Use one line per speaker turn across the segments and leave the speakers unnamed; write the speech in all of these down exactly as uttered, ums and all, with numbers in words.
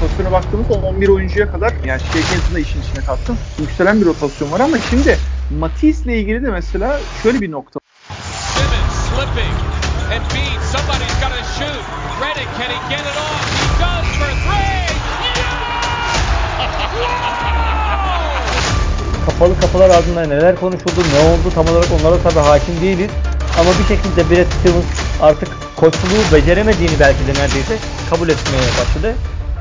rotasyona baktığımızda on bir oyuncuya kadar, yani Shea Gilgeous'u da işin içine kattım. Yükselen bir rotasyon var ama şimdi Matis'le ilgili de mesela şöyle bir nokta.
Simmons slipping. Embiid, somebody's got to shoot. Redick, can he get it off? He does for three.
Kapalı kapılar ardında neler konuşuldu, ne oldu tam olarak onlara tabii hakim değiliz. Ama bir şekilde Brad Stevens artık koçluğu beceremediğini belki de neredeyse kabul etmeye başladı.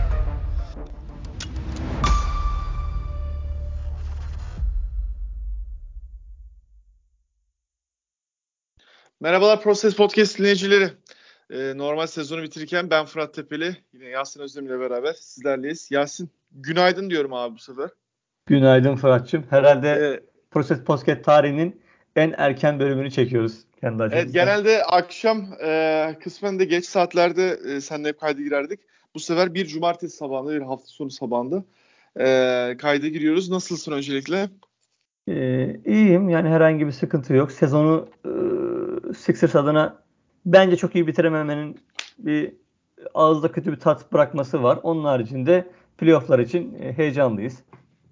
Merhabalar Proses Podcast dinleyicileri. Ee, normal sezonu bitirirken ben Fırat Tepeli, yine Yasin Özdemir ile beraber sizlerleyiz. Yasin, günaydın diyorum abi bu sefer.
Günaydın Fırat'cığım. Herhalde
Ee,
Proses Podcast tarihinin en erken bölümünü çekiyoruz kendi açımızdan.
evet, genelde akşam e, kısmen de geç saatlerde e, seninle hep kayda girerdik. Bu sefer bir cumartesi sabahında, bir hafta sonu sabahında e, kayda giriyoruz. Nasılsın öncelikle?
Ee, iyiyim. Yani herhangi bir sıkıntı yok. Sezonu e, Sixers adına bence çok iyi bitirememenin bir ağızda kötü bir tat bırakması var. Onun haricinde playofflar için e, heyecanlıyız.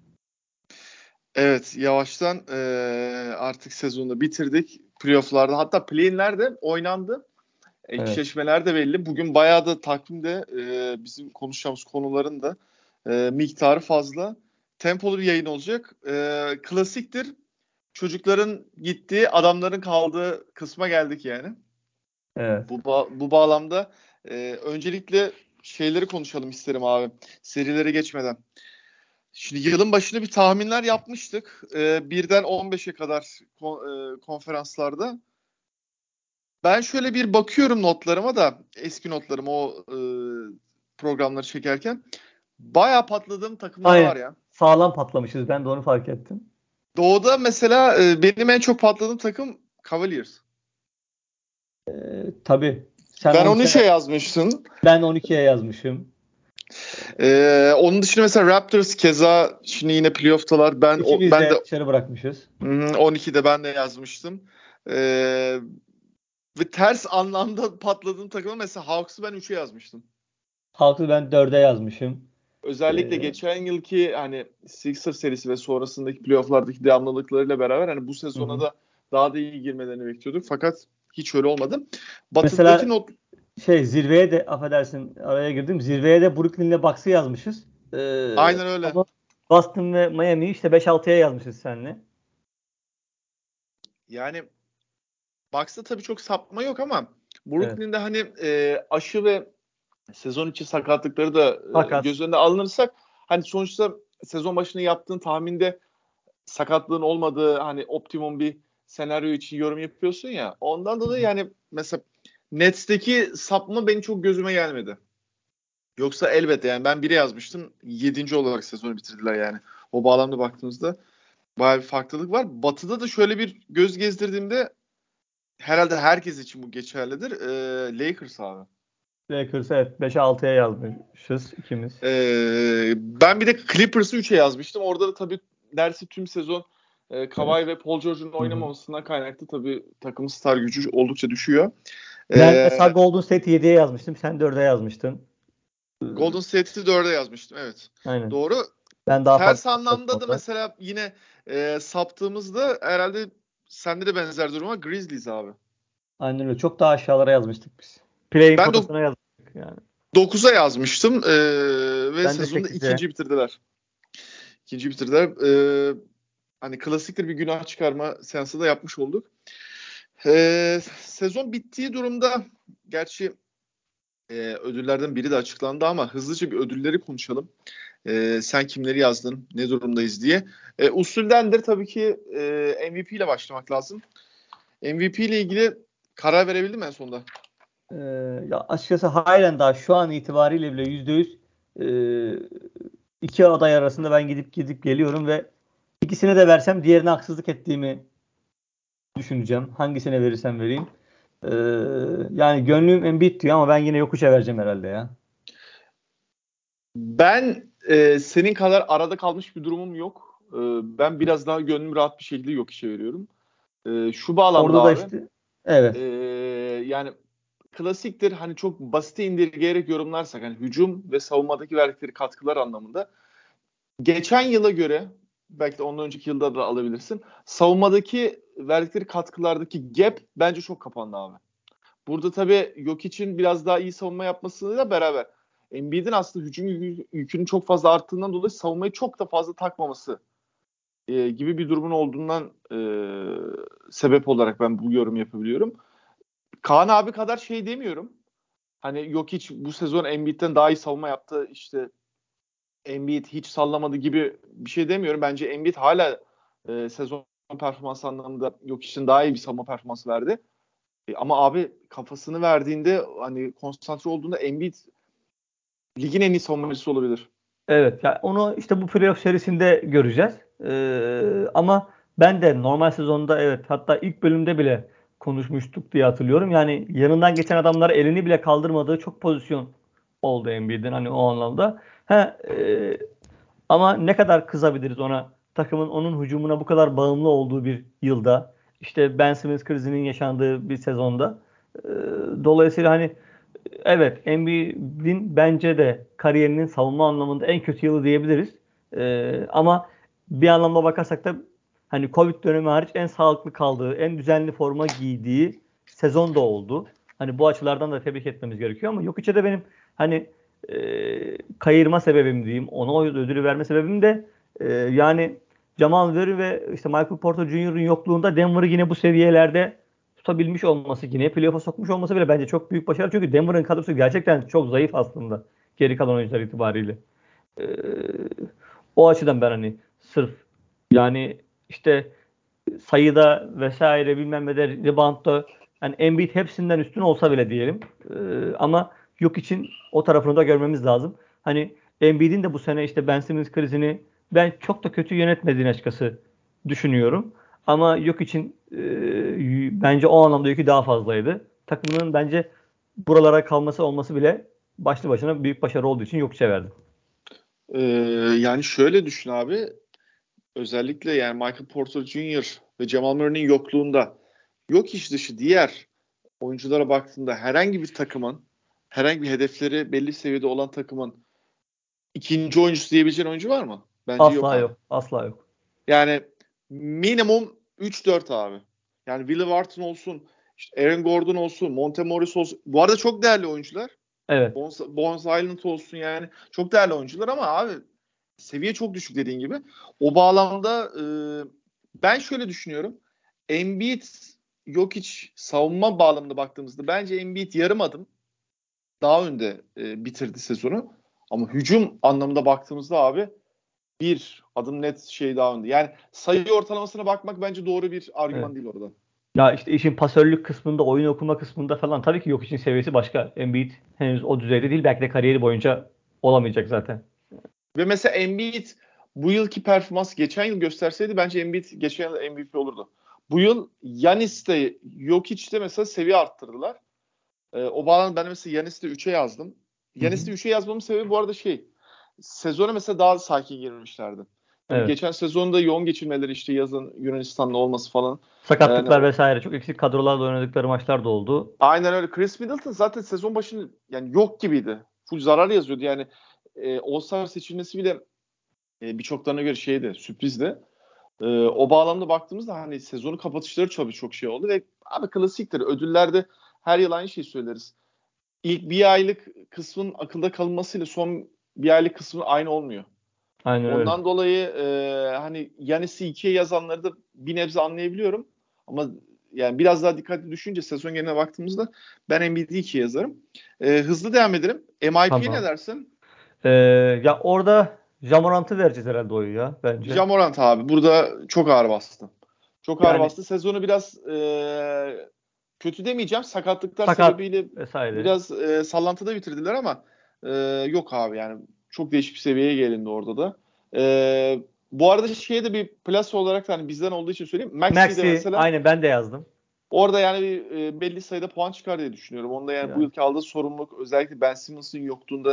Evet, yavaştan e, artık sezonu da bitirdik. Playoff'larda, hatta play-in'ler de oynandı. Eşleşmeler de belli. Bugün bayağı da takvimde e, bizim konuşacağımız konuların da e, miktarı fazla. Tempolu bir yayın olacak. E, klasiktir. Çocukların gittiği, adamların kaldığı kısma geldik yani.
Evet.
Bu ba- bu bağlamda e, öncelikle şeyleri konuşalım isterim abi. Serilere geçmeden. Şimdi yılın başında bir tahminler yapmıştık. E, birden on beşe kadar kon- e, konferanslarda. Ben şöyle bir bakıyorum notlarıma da, eski notlarıma, o e, programları çekerken. Bayağı patladığım takımlar
Aynen.
var ya.
Sağlam patlamışız. Ben de onu fark ettim.
Doğu'da mesela e, benim en çok patladığım takım Cavaliers.
Ee, tabii. Sen
Ben
on
onu
üçe,
şey yazmıştım.
ben on ikiye yazmışım.
E, onun dışında mesela Raptors keza şimdi yine playoff'talar. Ben o,
İkimiz
ben de
de dışarı bırakmışız.
hı, on ikide ben de yazmıştım. E, ve ters anlamda patladığım takımı mesela Hawks'ı ben üçe yazmıştım.
Hawks'ı ben dörde yazmışım.
Özellikle
Ee,
geçen yılki hani Sixers serisi ve sonrasındaki playoff'lardaki devamlılıklarıyla beraber hani bu
hı
sezona
hı.
da daha da iyi girmelerini bekliyorduk. Fakat hiç öyle olmadı. Batı'daki
Mesela
not
şey zirveye de affedersin araya girdim. Zirveye de Brooklyn'le Bucks'ı yazmışız. Ee,
aynen öyle.
ama Boston ve Miami'yi işte beş altıya yazmışız seninle.
Yani Bucks'ta tabii çok sapma yok ama
Evet.
Brooklyn'de hani e, aşı ve sezon içi sakatlıkları da e,
Fakat
göz önüne alınırsak hani sonuçta sezon başında yaptığın tahminde sakatlığın olmadığı hani optimum bir senaryo için yorum yapıyorsun ya. Ondan dolayı yani mesela Nets'teki sapma benim çok gözüme gelmedi. Yoksa elbette yani ben bire yazmıştım. Yedinci olarak sezonu bitirdiler yani. O bağlamda baktığımızda bayağı bir farklılık var. Batı'da da şöyle bir göz gezdirdiğimde herhalde herkes için bu geçerlidir. Ee, Lakers abi.
Lakers'ı evet beşe altıya yazmışız ikimiz.
Ee, ben bir de Clippers'ı üçe yazmıştım. Orada da tabii dersi tüm sezon e,
Evet.
Kawhi ve Paul George'un
Hı hı.
oynamamasından kaynaklı tabii takımın star gücü oldukça düşüyor.
Ben
Ee,
mesela Golden State'i yediye yazmıştım. Sen dörde yazmıştın.
Golden State'i dörde yazmıştım. Evet.
Aynen.
Doğru.
Ben daha
Ters
farklı patladım
anlamda da
orada.
mesela yine e, saptığımızda herhalde sende de benzer duruma Grizzlies abi.
Aynen öyle. Çok daha aşağılara yazmıştık biz. Play-in
Ben de
potasına yazmıştık yani.
dokuza yazmıştım e, ve
Ben de
sezonda
sekize.
ikinci bitirdiler. İkinci bitirdiler. E, hani klasiktir, bir günah çıkarma seansı da yapmış olduk. E, sezon bittiği durumda gerçi e, ödüllerden biri de açıklandı ama hızlıca bir ödülleri konuşalım. E, sen kimleri yazdın, ne durumdayız diye. E, usuldendir tabii ki e, M V P ile başlamak lazım. M V P ile ilgili karar verebildin mi en sonunda?
Ee, ya açıkçası halen daha şu an itibariyle bile yüzde yüz e, iki aday arasında ben gidip gidip geliyorum ve ikisine de versem diğerine haksızlık ettiğimi düşüneceğim. Hangisine verirsem vereyim. Ee, yani gönlüm Embiid diyor ama ben yine Jokic'e vereceğim herhalde ya.
Ben e, senin kadar arada kalmış bir durumum yok. E, ben biraz daha gönlüm rahat bir şekilde yok işe veriyorum. E, şu bağlamda
Orada da
abi.
işte
E,
evet.
yani klasiktir. Hani çok basite indirgeyerek yorumlarsak hani hücum ve savunmadaki verdikleri katkılar anlamında geçen yıla göre belki de ondan önceki yılda da alabilirsin. Savunmadaki verdikleri katkılardaki gap bence çok kapandı abi. Burada tabii Jokic'in biraz daha iyi savunma yapmasıyla beraber Embiid'in aslında hücum yükünün çok fazla arttığından dolayı savunmayı çok da fazla takmaması e, gibi bir durumun olduğundan e, sebep olarak ben bu yorum yapabiliyorum. Kaan abi kadar şey demiyorum. Hani Jokic bu sezon Embiid'den daha iyi savunma yaptı. İşte Embiid hiç sallamadı gibi bir şey demiyorum. Bence Embiid hala e, sezon performans anlamında Jokic'in daha iyi bir savunma performansı verdi. E, ama abi kafasını verdiğinde hani konsantre olduğunda Embiid ligin en iyi savunmacısı olabilir.
Evet, yani onu işte bu playoff serisinde göreceğiz. Ee, ama ben de normal sezonda evet hatta ilk bölümde bile konuşmuştuk diye hatırlıyorum. Yani yanından geçen adamlara elini bile kaldırmadığı çok pozisyon oldu Embiid'in hani o anlamda. Ha, e, ama ne kadar kızabiliriz ona takımın onun hücumuna bu kadar bağımlı olduğu bir yılda. İşte Ben Simmons krizinin yaşandığı bir sezonda. Ee, dolayısıyla hani evet, Embiid'in bence de kariyerinin savunma anlamında en kötü yılı diyebiliriz. Ee, ama bir anlamda bakarsak da hani Covid dönemi hariç en sağlıklı kaldığı, en düzenli forma giydiği sezon da oldu. Hani bu açılardan da tebrik etmemiz gerekiyor ama Jokic'e de benim hani e, kayırma sebebim diyeyim, ona o ödülü verme sebebim de e, yani Jamal Murray ve işte Michael Porter Junior'ın yokluğunda Denver'ı yine bu seviyelerde tutabilmiş olması, yine playoff'a sokmuş olması bile bence çok büyük başarı. Çünkü Denver'ın kadrosu gerçekten çok zayıf aslında geri kalan oyuncular itibariyle. Ee, o açıdan ben hani sırf yani işte sayıda vesaire bilmem ne de reboundda yani Embiid hepsinden üstün olsa bile diyelim. Ee, ama yok için o tarafını da görmemiz lazım. Hani Embiid'in de bu sene işte Ben Simmons krizini ben çok da kötü yönetmediğini açıkçası düşünüyorum. Ama yok için e, bence o anlamda yükü daha fazlaydı. Takımının bence buralara kalması olması bile başlı başına büyük başarı olduğu için yok verdim.
Ee, yani şöyle düşün abi. Özellikle yani Michael Porter Junior ve Jamal Murray'nin yokluğunda yok iş dışı diğer oyunculara baktığında herhangi bir takımın herhangi bir hedefleri belli seviyede olan takımın ikinci oyuncusu diyebileceğin oyuncu var mı? Bence yok
Asla
abi.
yok. Asla yok.
Yani minimum üç dört abi. Yani Will Barton olsun, işte Aaron Gordon olsun, Monte Morris olsun. Bu arada çok değerli oyuncular.
Evet.
Bones, Bones Island olsun yani. Çok değerli oyuncular ama abi seviye çok düşük dediğin gibi. O bağlamda e, ben şöyle düşünüyorum. Embiid, Jokic savunma bağlamında baktığımızda bence Embiid yarım adım daha önde e, bitirdi sezonu. Ama hücum anlamında baktığımızda abi bir adım net şey daha önde. Yani sayı ortalamasına bakmak bence doğru bir argüman
Evet.
değil orada.
Ya işte işin pasörlük kısmında, oyun okuma kısmında falan tabii ki yok için seviyesi başka. Embiid henüz o düzeyde değil. Belki de kariyeri boyunca olamayacak zaten.
Ve mesela Embiid bu yılki performans geçen yıl gösterseydi bence Embiid geçen yıl M V P olurdu. Bu yıl Yanis'te Jokic'te mesela seviye arttırdılar. Ee, o bağlamda ben mesela Yanis'te üçe yazdım. Yanis'te üçe yazmamın sebebi bu arada şey. Sezona mesela daha sakin girmişlerdi. Tabii
Evet.
geçen sezonda yoğun geçirmeleri işte yazın Yunanistan'da olması falan. Yani
Sakatlıklar
o,
vesaire çok eksik kadrolarla oynadıkları maçlar da oldu.
aynen öyle. Chris Middleton zaten sezon başında yani yok gibiydi. Full zarar yazıyordu. Yani e, All-Star seçilmesi bile e, birçoklarına göre şeydi, sürprizdi. E, o bağlamda baktığımızda hani sezonu kapatışları çok çok şey oldu ve abi klasiktir. Ödüllerde her yıl aynı şeyi söyleriz. İlk bir aylık kısmın akılda kalınmasıyla son bir aylık kısmın aynı olmuyor.
Aynen öyle.
Ondan dolayı e, hani Yanis'i ikiye yazanları da bir nebze anlayabiliyorum. Ama yani biraz daha dikkatli düşünce sezon geneline baktığımızda ben Embiid'i ikiye yazarım. E, hızlı devam edelim. M I P'ye ne
Tamam.
dersin?
Ee, ya orada Ja Morant'ı vereceğiz herhalde oyu ya bence.
Ja Morant abi burada çok ağır bastı. Çok ağır
Yani
bastı. Sezonu biraz e, kötü demeyeceğim. Sakatlıklar
sakat
sebebiyle
vesaire.
biraz e, sallantıda bitirdiler ama e, yok abi yani çok değişik bir seviyeye gelindi orada da. E, bu arada şeye de bir plus olarak da hani bizden olduğu için söyleyeyim. Maxi de
Maxi
mesela
aynen ben de yazdım.
orada yani bir, e, belli sayıda puan çıkar diye düşünüyorum. Onda yani bu
Yani
yılki aldığı sorumluluk özellikle Ben Simmons'ın yokluğunda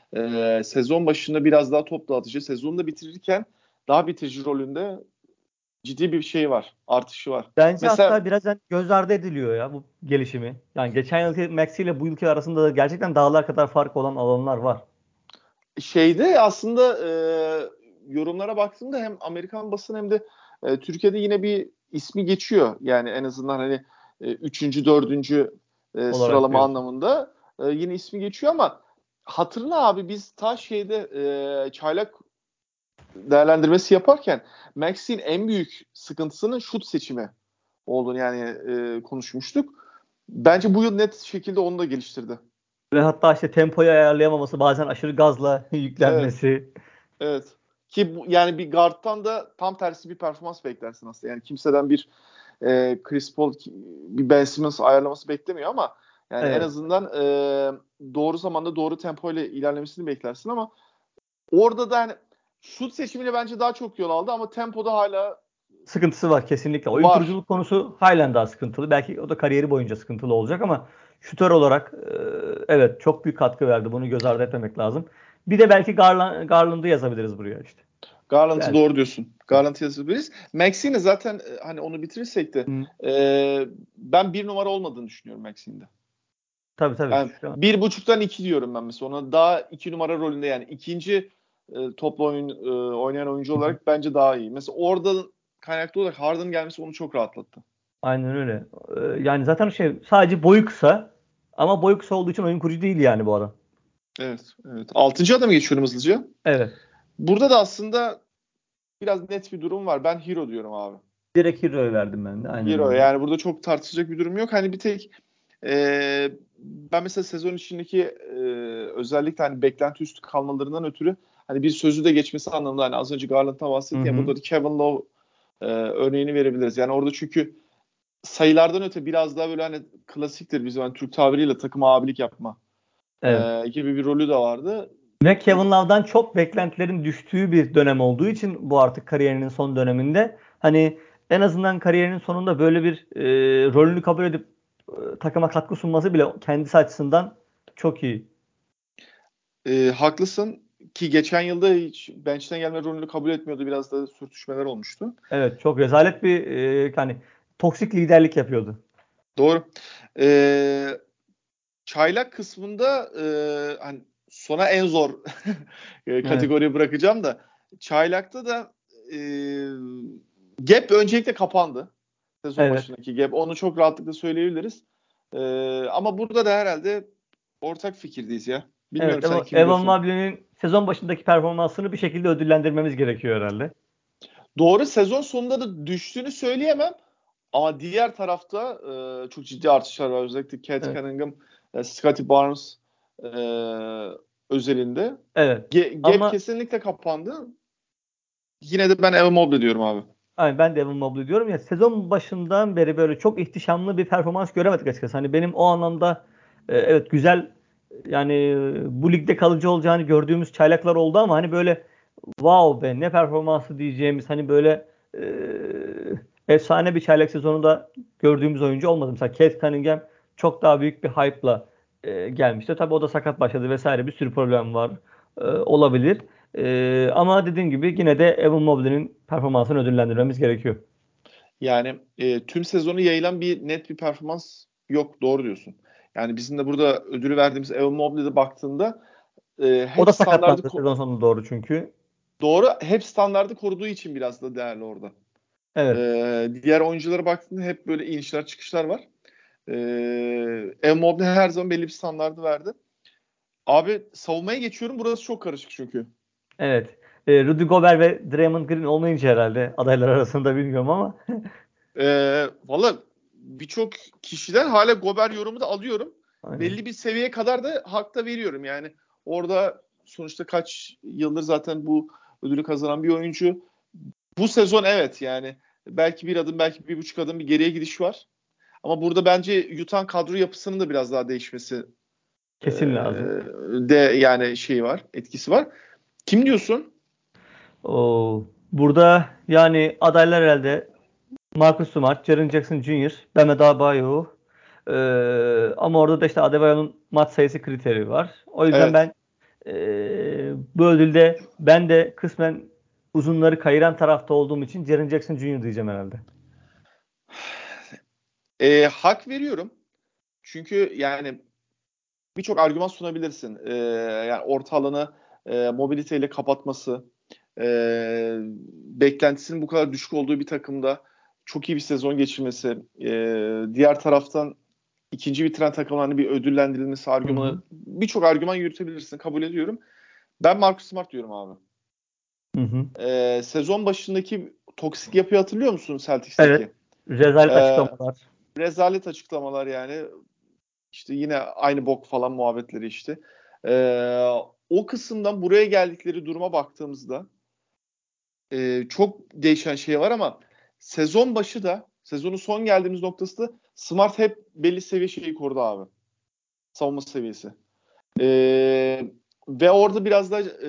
e, sezon başında biraz daha top dağıtıcı. Sezonu da bitirirken daha bitirici rolünde ciddi bir şey var. Artışı var.
Bence
Mesela
hatta biraz hani göz ardı ediliyor ya bu gelişimi. Yani geçen yılki Maxi ile bu yılki arasında da gerçekten dağlar kadar fark olan alanlar var.
şeyde aslında e, yorumlara baktığımda hem Amerikan basını hem de e, Türkiye'de yine bir ismi geçiyor. Yani en azından hani e, üçüncü, dördüncü e,
Olarak
sıralama
diyorsun.
anlamında e, yine ismi geçiyor ama hatırla abi biz ta şeyde e, çaylak değerlendirmesi yaparken Max'in en büyük sıkıntısının şut seçimi olduğunu yani e, konuşmuştuk. Bence bu yıl net şekilde onu da geliştirdi.
Ve hatta işte tempoyu ayarlayamaması, bazen aşırı gazla
Evet.
yüklenmesi.
Evet. Ki bu, yani bir guard'tan da tam tersi bir performans beklersin aslında. Yani kimseden bir e, Chris Paul, bir Ben Simmons ayarlaması beklemiyor ama yani en
Evet.
azından e, doğru zamanda doğru tempo ile ilerlemesini beklersin ama orada da yani şut seçimine bence daha çok yol aldı ama tempoda hala
Sıkıntısı var kesinlikle. Oyun
var.
kuruculuk konusu halen daha sıkıntılı. Belki o da kariyeri boyunca sıkıntılı olacak ama şutör olarak e, evet çok büyük katkı verdi. Bunu göz ardı etmemek lazım. Bir de belki Garland, Garland'ı yazabiliriz buraya işte.
Garland'ı
Belki.
doğru diyorsun. Garland'ı yazabiliriz. Maxine'e zaten e, hani onu bitirirsek de
Hı.
e, ben bir numara olmadığını düşünüyorum Maxine'de.
Tabii tabii.
Yani
Şu an.
bir buçuktan iki diyorum ben mesela. Ona daha iki numara rolünde yani ikinci e, toplu oyun e, oynayan oyuncu olarak bence daha iyi. Mesela orada kaynaklı olarak Harden gelmesi onu çok rahatlattı.
Aynen öyle. Ee, yani zaten şey sadece boyu kısa ama boyu kısa olduğu için oyun kurucu değil yani bu adam.
Evet, evet. Altıncı adama geçiyorum hızlıca.
Evet.
Burada da aslında biraz net bir durum var. Ben Hero diyorum abi.
Direkt Hero'ya verdim ben de. Aynen
Hero
öyle.
yani burada çok tartışacak bir durum yok. Hani bir tek e, ben mesela sezon içindeki e, özellikle hani beklenti üstü kalmalarından ötürü hani bir sözü de geçmesi anlamında hani az önce Garland'dan
Hı
bahsettim ya
hı.
burada da Kevin Love e, örneğini verebiliriz. Yani orada çünkü sayılardan öte biraz daha böyle hani klasiktir bizim hani Türk tabiriyle takım abilik yapma
Evet.
e, gibi bir rolü de vardı.
Ve Kevin Love'dan çok beklentilerin düştüğü bir dönem olduğu için bu artık kariyerinin son döneminde hani en azından kariyerinin sonunda böyle bir e, rolünü kabul edip e, takıma katkı sunması bile kendisi açısından çok iyi.
E, haklısın ki geçen yılda hiç bench'ten gelme rolünü kabul etmiyordu. Biraz da sürtüşmeler olmuştu.
Evet, çok rezalet bir e, hani toksik liderlik yapıyordu.
Doğru. E, çaylak kısmında e, hani sona en zor e,
Evet.
kategoriye bırakacağım da çaylakta da e, gap öncelikle kapandı. Sezon
Evet.
başındaki gap. Onu çok rahatlıkla söyleyebiliriz. E, ama burada da herhalde ortak fikirdeyiz ya. Bilmiyorum
Evet,
sen
Evan
kimi
Evan
diyorsun.
Mobley'nin sezon başındaki performansını bir şekilde ödüllendirmemiz gerekiyor herhalde.
Doğru sezon sonunda da düştüğünü söyleyemem. Ama diğer tarafta e, çok ciddi artışlar var. Özellikle Cat
Evet.
Cunningham, e, Scottie Barnes e, özelinde.
Evet.
Ge- gap
Ama
kesinlikle kapandı. Yine de ben Evan Mobley diyorum abi.
yani ben de Evan Mobley diyorum ya, sezon başından beri böyle çok ihtişamlı bir performans göremedik açıkçası. Hani benim o anlamda e, evet güzel yani e, bu ligde kalıcı olacağını gördüğümüz çaylaklar oldu ama hani böyle wow be ne performansı diyeceğimiz hani böyle e, efsane bir çaylak sezonunda gördüğümüz oyuncu olmadı. Mesela Cade Cunningham çok daha büyük bir hype'la e, gelmişti. Tabii o da sakat başladı vesaire, bir sürü problem var e, olabilir. E, ama dediğim gibi yine de Evan Mobley'nin performansını ödüllendirmemiz gerekiyor.
Yani e, tüm sezonu yayılan bir net bir performans yok. Doğru diyorsun. Yani bizim de burada ödülü verdiğimiz Evan Mobley'de baktığında e,
O
hep
da
standardı
sakatlandı
ko-
sezon sonunda doğru çünkü.
doğru hep standardı koruduğu için biraz da değerli orada.
Evet.
E, diğer oyunculara baktığında hep böyle inişler çıkışlar var. E, Evan Mobley her zaman belli bir standardı verdi. Abi savunmaya geçiyorum. Burası çok karışık çünkü.
Evet. E, Rudy Gobert ve Draymond Green olmayınca herhalde adaylar arasında bilmiyorum ama.
Ee, valla birçok kişiden hala Gober yorumu da alıyorum.
Aynen.
Belli bir seviyeye kadar da hak da veriyorum. Yani orada sonuçta kaç yıldır zaten bu ödülü kazanan bir oyuncu. Bu sezon evet yani belki bir adım belki bir buçuk adım bir geriye gidiş var. Ama burada bence yutan kadro yapısının da biraz daha değişmesi e,
Kesin lazım.
de yani şeyi var, etkisi var. Kim diyorsun?
O, burada yani adaylar herhalde Marcus Smart, Jaren Jackson Junior, Bam Adebayo. Ee, ama orada da işte Adebayo'nun maç sayısı kriteri var. O yüzden
Evet.
ben ee, bu ödülde ben de kısmen uzunları kayıran tarafta olduğum için Jaren Jackson Junior diyeceğim herhalde.
E, hak veriyorum. Çünkü yani birçok argüman sunabilirsin. E, yani orta alanı e, mobiliteyle kapatması, e, beklentisinin bu kadar düşük olduğu bir takımda çok iyi bir sezon geçirmesi, e, diğer taraftan ikinci bitiren takımların bir ödüllendirilmesi argümanı, birçok argüman yürütebilirsin. Kabul ediyorum. Ben Marcus Smart diyorum abi.
Hı hı.
E, sezon başındaki toksik yapıyı hatırlıyor musun Celtics'teki?
Evet. Rezalet
Ee,
açıklamalar.
Rezalet açıklamalar yani. İşte yine aynı bok falan muhabbetleri işte. Ee, o kısımdan buraya geldikleri duruma baktığımızda e, çok değişen şey var ama sezon başı da, sezonun son geldiğimiz noktası da Smart hep belli seviye şeyi korudu abi. Savunma seviyesi. Ee, ve orada biraz da e,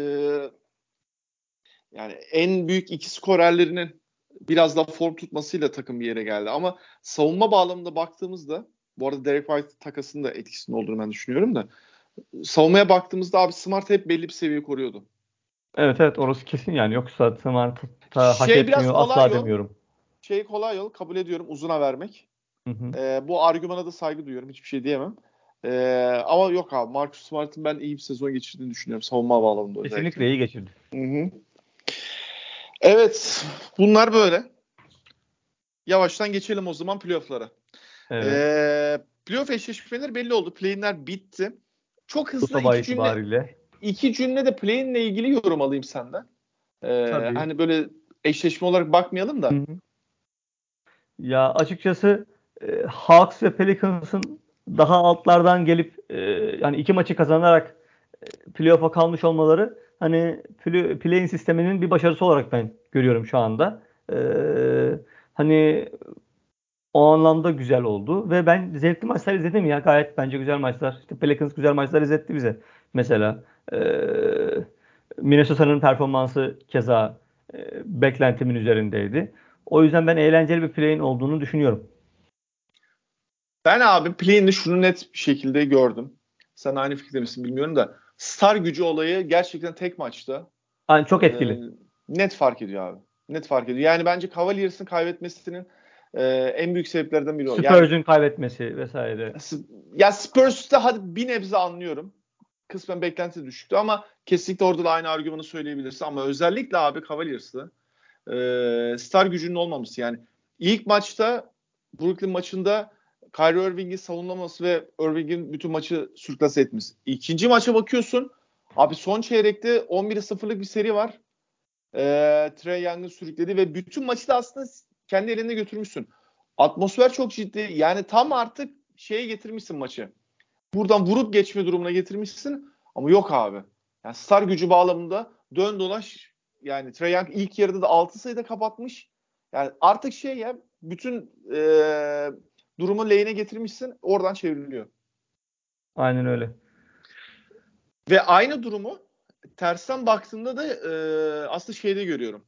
yani en büyük iki skorerlerinin biraz daha form tutmasıyla takım bir yere geldi. Ama savunma bağlamında baktığımızda, bu arada Derek White takasının da etkisinde olduğunu ben düşünüyorum da, savunmaya baktığımızda abi Smart hep belli bir seviye koruyordu.
Evet evet orası kesin yani. Yoksa Smart'a hak
Şey biraz
etmiyor
kolay
asla
yol,
demiyorum.
şey kolay yol kabul ediyorum, uzuna vermek.
Hı hı.
Ee, bu argümana da saygı duyuyorum, hiçbir şey diyemem. Ee, ama yok abi, Marcus Smart'ın ben iyi bir sezon geçirdiğini düşünüyorum savunma bağlamında özellikle.
Kesinlikle iyi geçirdi.
Hı hı. Evet, bunlar böyle. Yavaştan geçelim o zaman playoff'lara.
Evet.
Ee, playoff eşleşmeleri belli oldu. Play-in'ler bitti. Çok
Bu
hızlı
sabah
iki cümle
itibariyle.
iki cümle de play-in'le ilgili yorum alayım senden. Ee,
Tabii.
hani böyle eşleşme olarak bakmayalım da.
Hı hı. Ya açıkçası e, Hawks ve Pelicans'ın daha altlardan gelip e, yani iki maçı kazanarak e, playoff'a kalmış olmaları hani play, play-in sisteminin bir başarısı olarak ben görüyorum şu anda. E, hani o anlamda güzel oldu ve ben zevkli maçlar izledim ya, gayet bence güzel maçlar. İşte Pelicans güzel maçlar izletti bize. Mesela e, Minnesota'nın performansı keza e, beklentimin üzerindeydi. O yüzden ben eğlenceli bir play-in olduğunu düşünüyorum.
Ben abi play-in'de şunu net bir şekilde gördüm. Sen aynı fikirde misin bilmiyorum da. Star gücü olayı gerçekten tek maçta
Yani çok
e,
etkili.
net fark ediyor abi. Net fark ediyor. Yani bence Cavaliers'ın kaybetmesinin e, en büyük sebeplerden biri o. Yani
Spurs'un kaybetmesi vesaire.
ya Spurs'ta hadi bir nebze anlıyorum. Kısmen beklenti düşüktü ama kesinlikle orada da aynı argümanı söyleyebilirsin. Ama özellikle abi Cavaliers'ı e, star gücünün olmaması. Yani ilk maçta Brooklyn maçında Kyrie Irving'in savunulmaması ve Irving'in bütün maçı sürklase etmesi. İkinci maça bakıyorsun. Abi son çeyrekte on bir sıfırlık bir seri var. E, Trae Young'ın sürükledi ve bütün maçı da aslında kendi elinde götürmüşsün. Atmosfer çok ciddi. Yani tam artık şeye getirmişsin maçı. Buradan vurup geçme durumuna getirmişsin. Ama yok abi. Yani star gücü bağlamında dön dolaş, yani Trae Young ilk yarıda da altı sayıda kapatmış. Yani artık şey ya, bütün e, durumu lane'e getirmişsin. Oradan çevriliyor.
Aynen öyle.
Ve aynı durumu tersten baktığımda da e, aslında şeyde görüyorum.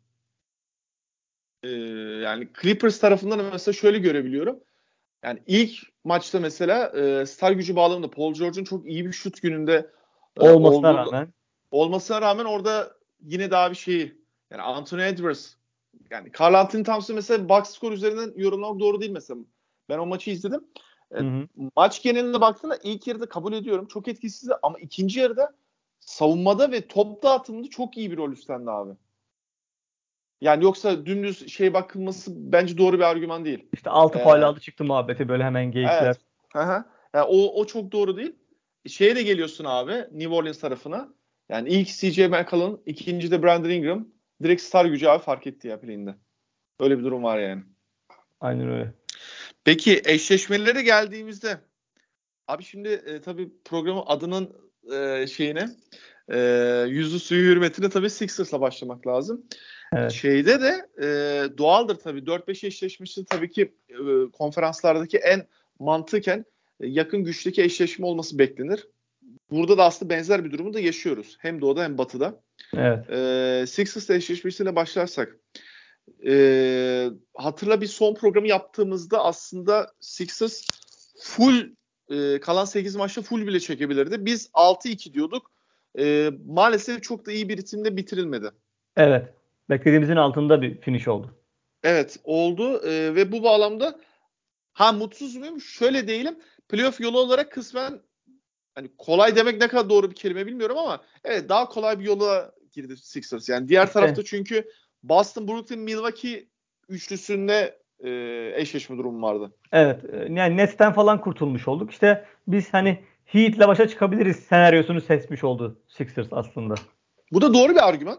E, yani Clippers tarafından mesela şöyle görebiliyorum. Yani ilk maçta mesela e, star gücü bağlamında Paul George'un çok iyi bir şut gününde e,
Olmasına
olduğunu,
rağmen.
olmasına rağmen orada yine daha bir şeyi, yani Anthony Edwards, yani Karl Anthony Towns'u mesela box score üzerinden yorumlamak doğru değil mesela. Ben o maçı izledim. E,
Hı hı.
maç geneline baktığında ilk yarıda kabul ediyorum çok etkisizdi ama ikinci yarıda savunmada ve top dağıtımında çok iyi bir rol üstlendi abi. Yani yoksa dümdüz şey bakılması bence doğru bir argüman değil.
İşte altı faul
Ee,
aldı çıktı muhabbeti, böyle hemen geyikler.
evet. Hı-hı. Yani o, o çok doğru değil. Şeye de geliyorsun abi, New Orleans tarafına. Yani ilk C J McCollum, ikinci de Brandon Ingram. Direkt star gücü abi fark etti ya play'inde. Öyle bir durum var yani.
Aynen öyle.
Peki eşleşmelere geldiğimizde abi şimdi e, tabii programın adının e, şeyine e, yüzü suyu hürmetine tabii Sixers'la başlamak lazım.
Evet.
Şeyde de e, doğaldır tabii. dört beş eşleşmesi tabii ki e, konferanslardaki en mantıken e, yakın güçteki eşleşme olması beklenir. Burada da aslında benzer bir durumu da yaşıyoruz. Hem doğuda hem batıda.
Evet.
E, Sixers eşleşmesiyle başlarsak. E, hatırla bir son programı yaptığımızda aslında Sixers full e, kalan sekiz maçta full bile çekebilirdi. Biz altı iki diyorduk. E, maalesef çok da iyi bir ritimde bitirilmedi.
Evet. beklediğimizin altında bir finish oldu.
Evet oldu ee, ve bu bağlamda ha mutsuz muyum? Şöyle değilim. Playoff yolu olarak kısmen hani kolay demek ne kadar doğru bir kelime bilmiyorum ama evet daha kolay bir yola girdi Sixers. Yani diğer
İşte.
tarafta çünkü Boston, Brooklyn, Milwaukee üçlüsünde e, eşleşme durumu vardı.
Evet. Yani Nets'ten falan kurtulmuş olduk. İşte biz hani Heat'le başa çıkabiliriz senaryosunu seçmiş oldu Sixers aslında.
Bu da doğru bir argüman.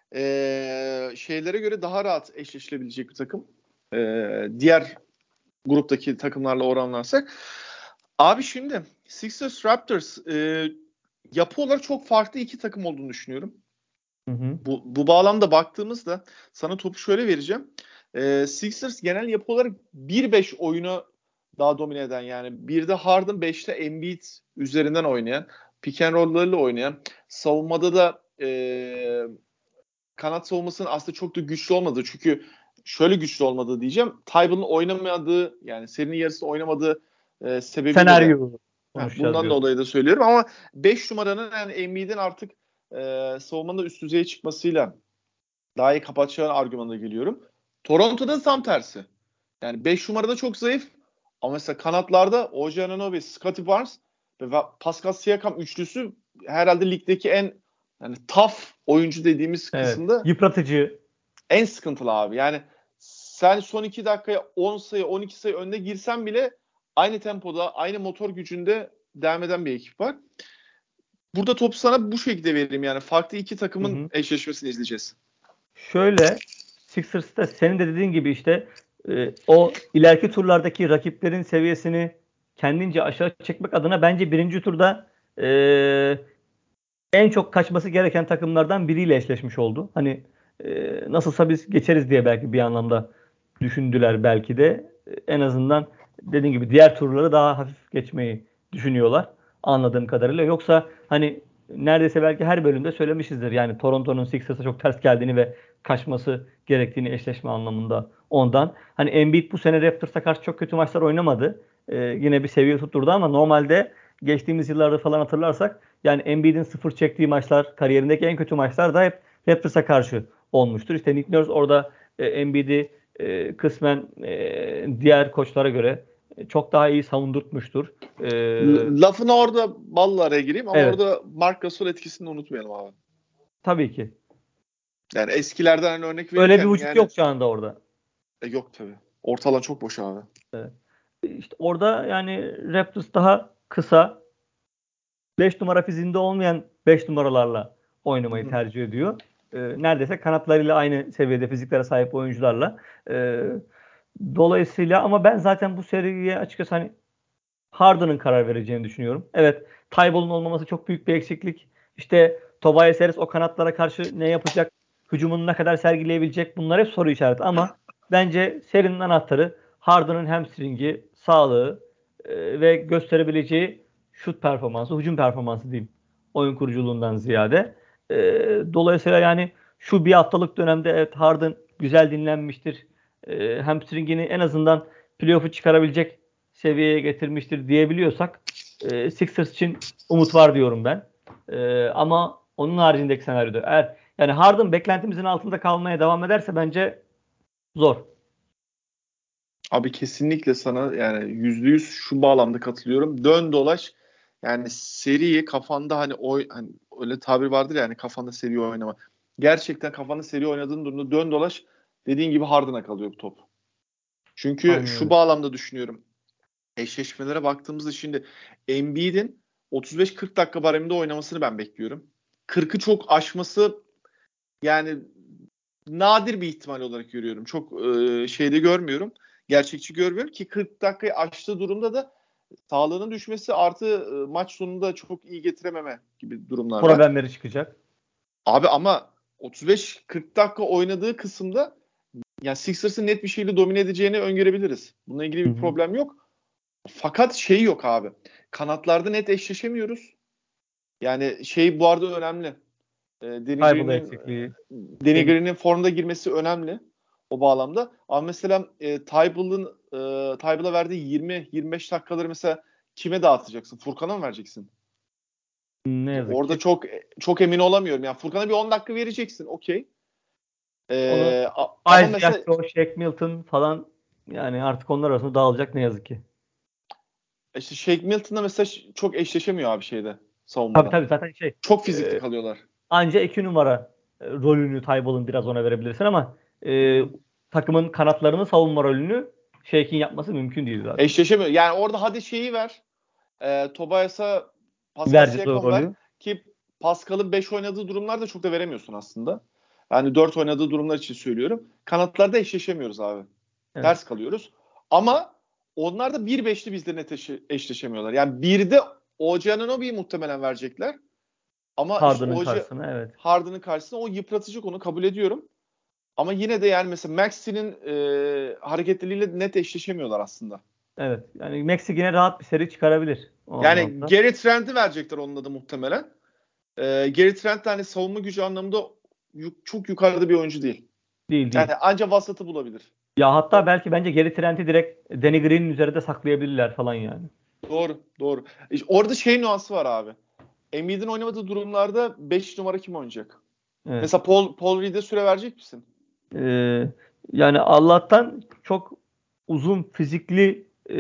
Ee, şeylere göre daha rahat eşleşilebilecek bir takım. Ee, diğer gruptaki takımlarla oranlarsak. Abi şimdi Sixers Raptors e, yapı olarak çok farklı iki takım olduğunu düşünüyorum.
Hı hı.
Bu, bu bağlamda baktığımızda sana topu şöyle vereceğim. Ee, Sixers genel yapı olarak bir beş oyunu daha domine eden, yani birde Harden, beşte Embiid üzerinden oynayan, pick and roll'larıyla oynayan, savunmada da e, kanat savunmasının aslında çok da güçlü olmadığı, çünkü şöyle güçlü olmadığı diyeceğim. Tybal'ın oynamadığı, yani serinin yarısında oynamadığı e, sebebiyle de
Senaryo
heh,
konuşacağız
bundan
diyorsun.
dolayı da söylüyorum ama beş numaranın yani Embiid'in artık e, savunmada üst düzeye çıkmasıyla daha iyi kapatacağını argümanına geliyorum. Toronto'da tam tersi. Yani beş numarada çok zayıf ama mesela kanatlarda O G Anunoby, Scottie Barnes ve Pascal Siakam üçlüsü herhalde ligdeki en yani tough oyuncu dediğimiz
Evet.
kısımda
Yıpratıcı.
en sıkıntılı abi. Yani sen son iki dakikaya on sayı, on iki sayı önde girsen bile aynı tempoda, aynı motor gücünde devam eden bir ekip var. Burada topu sana bu şekilde vereyim, yani farklı iki takımın
Hı hı.
eşleşmesini izleyeceğiz.
Şöyle Sixers'ta senin de dediğin gibi işte e, o ileriki turlardaki rakiplerin seviyesini kendince aşağı çekmek adına bence birinci turda e, en çok kaçması gereken takımlardan biriyle eşleşmiş oldu. Hani e, nasılsa biz geçeriz diye belki bir anlamda düşündüler belki de. E, en azından dediğim gibi diğer turları daha hafif geçmeyi düşünüyorlar anladığım kadarıyla. Yoksa hani neredeyse belki her bölümde söylemişizdir. Yani Toronto'nun Sixers'a çok ters geldiğini ve kaçması gerektiğini eşleşme anlamında ondan. Hani Embiid bu sene Raptors'a karşı çok kötü maçlar oynamadı. E, yine bir seviye tutturdu ama normalde geçtiğimiz yıllarda falan hatırlarsak yani Embiid'in sıfır çektiği maçlar, kariyerindeki en kötü maçlar da hep Raptors'a karşı olmuştur. İşte Nick Nurse orada e, Embiid'i e, kısmen e, diğer koçlara göre çok daha iyi savundurtmuştur. E,
L- Lafına orada balla araya gireyim ama
evet,
orada Marc Gasol etkisini unutmayalım abi.
tabii ki.
Yani eskilerden hani örnek
Öyle bir
verirken
vücut
yani
yok şu anda orada.
e, yok tabii. Orta alan çok boş abi.
Evet. İşte orada yani Raptors daha kısa, beş numara fiziğinde olmayan beş numaralarla
Hı
oynamayı
hı.
tercih ediyor. E, neredeyse kanatlarıyla aynı seviyede fiziklere sahip oyuncularla. E, dolayısıyla ama ben zaten bu seriye açıkçası hani Harden'ın karar vereceğini düşünüyorum. Evet, Tybal'ın olmaması çok büyük bir eksiklik. İşte Tobias Harris o kanatlara karşı ne yapacak? Hücumunu ne kadar sergileyebilecek? Bunlar hep soru işareti ama bence serinin anahtarı Harden'ın hamstringi, sağlığı e, ve gösterebileceği şut performansı, hücum performansı diyeyim. Oyun kuruculuğundan ziyade. E, dolayısıyla yani şu bir haftalık dönemde evet Harden güzel dinlenmiştir. E, hamstringini en azından playoff'u çıkarabilecek seviyeye getirmiştir diyebiliyorsak e, Sixers için umut var diyorum ben. E, ama onun haricindeki senaryoda eğer yani Harden beklentimizin altında kalmaya devam ederse bence zor.
Abi kesinlikle sana yani yüzde yüz şu bağlamda katılıyorum. Dön dolaş yani seriyi kafanda hani oy hani öyle tabir vardır ya, yani kafanda seri oynama. Gerçekten kafanda seri oynadığın durumda dön dolaş dediğin gibi Harden'a kalıyor bu top. Çünkü
Aynen
şu
öyle.
bağlamda düşünüyorum. Eşleşmelere baktığımızda şimdi Embiid'in otuz beş kırk dakika bareminde oynamasını ben bekliyorum. kırkı çok aşması yani nadir bir ihtimal olarak görüyorum. Çok e, şeyde görmüyorum. Gerçekçi görmüyorum ki kırk dakikayı aştığı durumda da sağlığının düşmesi artı e, maç sonunda çok iyi getirememe gibi durumlar var.
Problemleri çıkacak.
Abi ama otuz beş kırk dakika oynadığı kısımda yani Sixers'ın net bir şeyle domine edeceğini öngörebiliriz. Bununla ilgili
Hı
bir
hı.
problem yok. Fakat şey yok abi. Kanatlarda net eşleşemiyoruz. Yani şey bu arada önemli. E, Danny
Kaybolu
Green'in
eksikliği.
Danny
Benim
Green'in formda girmesi önemli o bağlamda. Ama mesela e, Tybal'ın e, Tybal'a verdiği yirmi yirmi beş dakikaları mesela kime dağıtacaksın? Furkan'a mı vereceksin?
ne yazık
Orada
ki
çok çok emin olamıyorum. Yani Furkan'a bir on dakika vereceksin. Okey. Ee, ama
Isaac
mesela
Joe, Shaq Milton falan yani artık onlar arasında dağılacak ne yazık ki.
işte Shaq Milton'la mesela çok eşleşemiyor abi şeyde savunmada.
Tabii tabii zaten şey.
Çok fizikli
e,
kalıyorlar.
Anca iki numara e, rolünü Tybal'ın biraz ona verebilirsin ama e, takımın kanatlarının savunma rolünü Shake'in yapması mümkün değil zaten.
Eşleşemiyor. Yani orada hadi şeyi ver. E, Tobias'a Pascal
Vereceğiz o
Siakam ver.
rolü.
Ki Pascal'ın beş oynadığı durumlarda çok da veremiyorsun aslında. Yani dört oynadığı durumlar için söylüyorum. Kanatlarda eşleşemiyoruz abi.
Evet.
Ters kalıyoruz. Ama onlar da bir beşli bizle net eşi- eşleşemiyorlar. Yani birde Ojananobi'yi muhtemelen verecekler. Ama işte
Harden'ın
Oji
karşısına evet.
Harden'ın karşısına o yıpratıcı konu kabul ediyorum. Ama yine de yani mesela Maxi'nin e, hareketliliğiyle net eşleşemiyorlar aslında.
Evet. Yani Maxi yine rahat bir seri çıkarabilir o
Yani
anlamda.
Gary Trent'i verecekler onun adı muhtemelen. Ee, Gary Trent de hani savunma gücü anlamında yuk- çok yukarıda bir oyuncu değil.
Değil değil.
Yani anca vasatı bulabilir.
Ya hatta
O,
belki bence Gary Trent'i direkt Danny Green'in üzerinde saklayabilirler falan yani.
doğru, doğru. İşte orada şey nüansı var abi. Embiid'in oynamadığı durumlarda beş numara kim oynayacak?
Evet.
Mesela Paul, Paul Reed'e süre verecek misin?
Ee, yani Allah'tan çok uzun fizikli e,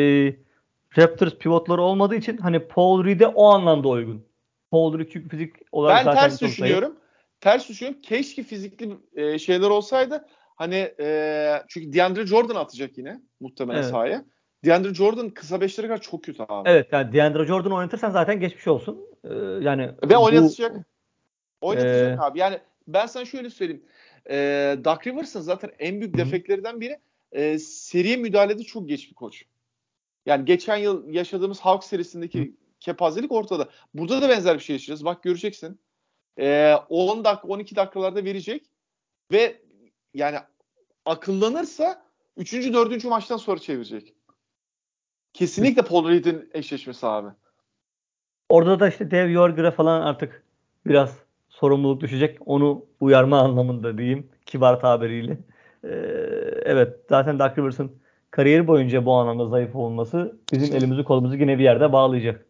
Raptors pivotları olmadığı için hani Paul Reed'e o anlamda uygun. Paul Reed çünkü fizik olarak
Ben
zaten
ters
çok zayıf.
düşünüyorum. Ters düşünüyorum. Keşke fizikli e, şeyler olsaydı. Hani e, çünkü DeAndre Jordan atacak yine muhtemelen
Evet.
sahaya. DeAndre Jordan kısa beşlere kadar çok kötü abi.
Evet yani DeAndre Jordan'ı oynatırsan zaten geçmiş olsun. Ee, yani
Ve
bu
oynatacak. Oynatacak
e,
abi. Yani ben sana şöyle söyleyeyim. E, Doc Rivers'ın zaten en büyük
hı,
defektlerinden biri e, seriye müdahalede çok geç bir koç. Yani geçen yıl yaşadığımız Hawks
hı.
serisindeki kepazelik ortada. Burada da benzer bir şey yaşayacağız. Bak göreceksin. E, on dakika on iki dakikalarda verecek ve yani akıllanırsa üçüncü dördüncü maçtan sonra çevirecek. Kesinlikle Paul Reed'in eşleşmesi abi.
Orada da işte Dev Yorger'a falan artık biraz sorumluluk düşecek. Onu uyarma anlamında diyeyim. Kibar tabiriyle. Ee, evet zaten Doc Rivers'ın kariyeri boyunca bu anlamda zayıf olması bizim elimizi kolumuzu yine bir yerde bağlayacak.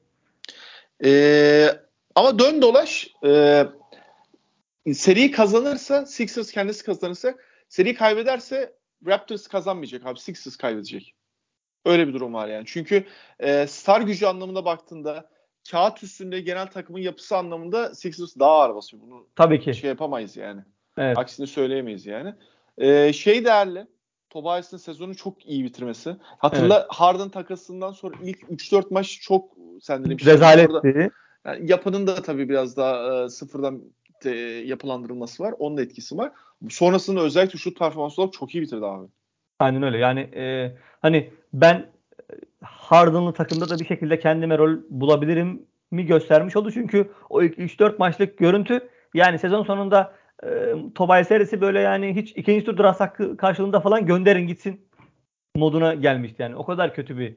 E, ama dön dolaş e, seriyi kazanırsa Sixers kendisi kazanırsa seriyi kaybederse Raptors kazanmayacak abi. Sixers kaybedecek. Öyle bir durum var yani. Çünkü e, star gücü anlamında baktığında kağıt üstünde genel takımın yapısı anlamında Sixers daha ağır basıyor. Bunu
Tabii ki.
şey yapamayız yani.
Evet.
Aksini söyleyemeyiz yani. E, şey değerli. Tobias'ın sezonu çok iyi bitirmesi. Hatırla
Evet.
Harden takasından sonra ilk üç dört maç çok sendilemişti. Orada
Rezaletti.
yani yapının da tabii biraz daha e, sıfırdan e, yapılandırılması var. Onun da etkisi var. Sonrasında özellikle şut performansı olarak çok iyi bitirdi abi.
Aynen öyle. Yani e, hani ben Harden'lı takımda da bir şekilde kendime rol bulabilirim mi göstermiş oldu. Çünkü o ilk üç dört maçlık görüntü yani sezon sonunda e, Tobias Harris'i böyle yani hiç ikinci tur draft hakkı karşılığında falan gönderin gitsin moduna gelmişti. Yani o kadar kötü bir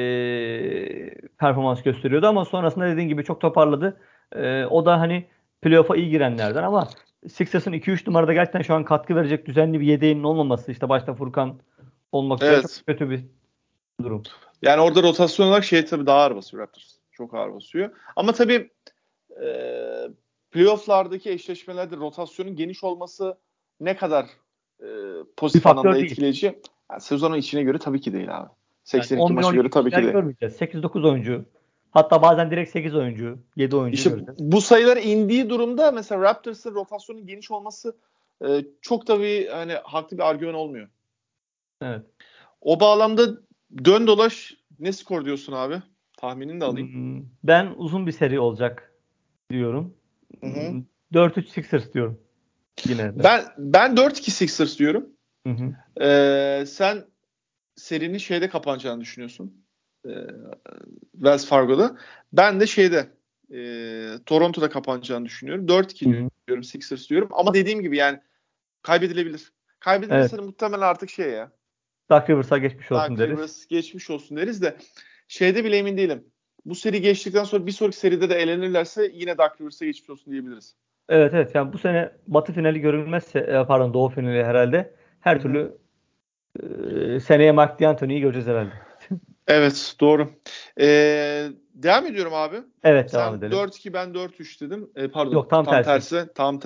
e, performans gösteriyordu ama sonrasında dediğin gibi çok toparladı. E, o da hani playoff'a iyi girenlerden ama Sixers'ın iki üç numarada gerçekten şu an katkı verecek düzenli bir yedeğinin olmaması işte başta Furkan olmak üzere çok
Evet.
kötü bir durum.
Yani orada rotasyon olarak şey tabii daha ağır basıyor Raptors. Çok ağır basıyor. Ama tabii e, playoff'lardaki eşleşmelerde rotasyonun geniş olması ne kadar e,
Bir
pozitif anlamda
faktör değil.
etkileyici? Yani sezonun içine göre tabii ki değil abi.
Yani
seksen iki maça
on bir on iki
göre tabii ki
kişiden
değil.
görmeyeceğiz. sekiz dokuz oyuncu. Hatta bazen direkt sekiz oyuncu, yedi oyuncu
İşte
göreceğiz.
bu sayılar indiği durumda mesela Raptors'ın rotasyonun geniş olması e, çok da bir hani haklı bir argüman olmuyor.
Evet.
O bağlamda dön dolaş ne skor diyorsun abi? Tahminini de alayım.
Hmm, Ben uzun bir seri olacak diyorum.
Hı hı.
Hmm, dört üç Sixers diyorum. Yine de.
Ben ben dört iki Sixers diyorum.
Hı hı.
Ee, sen serinin şeyde kapanacağını düşünüyorsun. Ee, Wells Fargo'da. Ben de şeyde e, Toronto'da kapanacağını düşünüyorum. dört iki
Hı hı.
diyorum Sixers diyorum. Ama dediğim gibi yani kaybedilebilir.
Evet.
Kaybedilirse muhtemelen artık şey ya.
Doc Rivers'a geçmiş olsun
Dark
deriz.
Rivers geçmiş olsun deriz de şeyde bile emin değilim. Bu seri geçtikten sonra bir sonraki seride de elenirlerse yine Dark Rivers'a geçmiş olsun diyebiliriz.
Evet evet. Yani bu sene Batı finali görülmezse e, pardon Doğu finali herhalde
Hı
her
hı.
türlü e, seneye Mark D'Antoni'yi göreceğiz herhalde.
Evet, doğru. Ee, devam ediyorum abi.
Evet devam
Sen
edelim.
dört iki ben dört üç dedim. Ee, pardon
Yok tam
tam
tersi.
tersi. Tam tersi.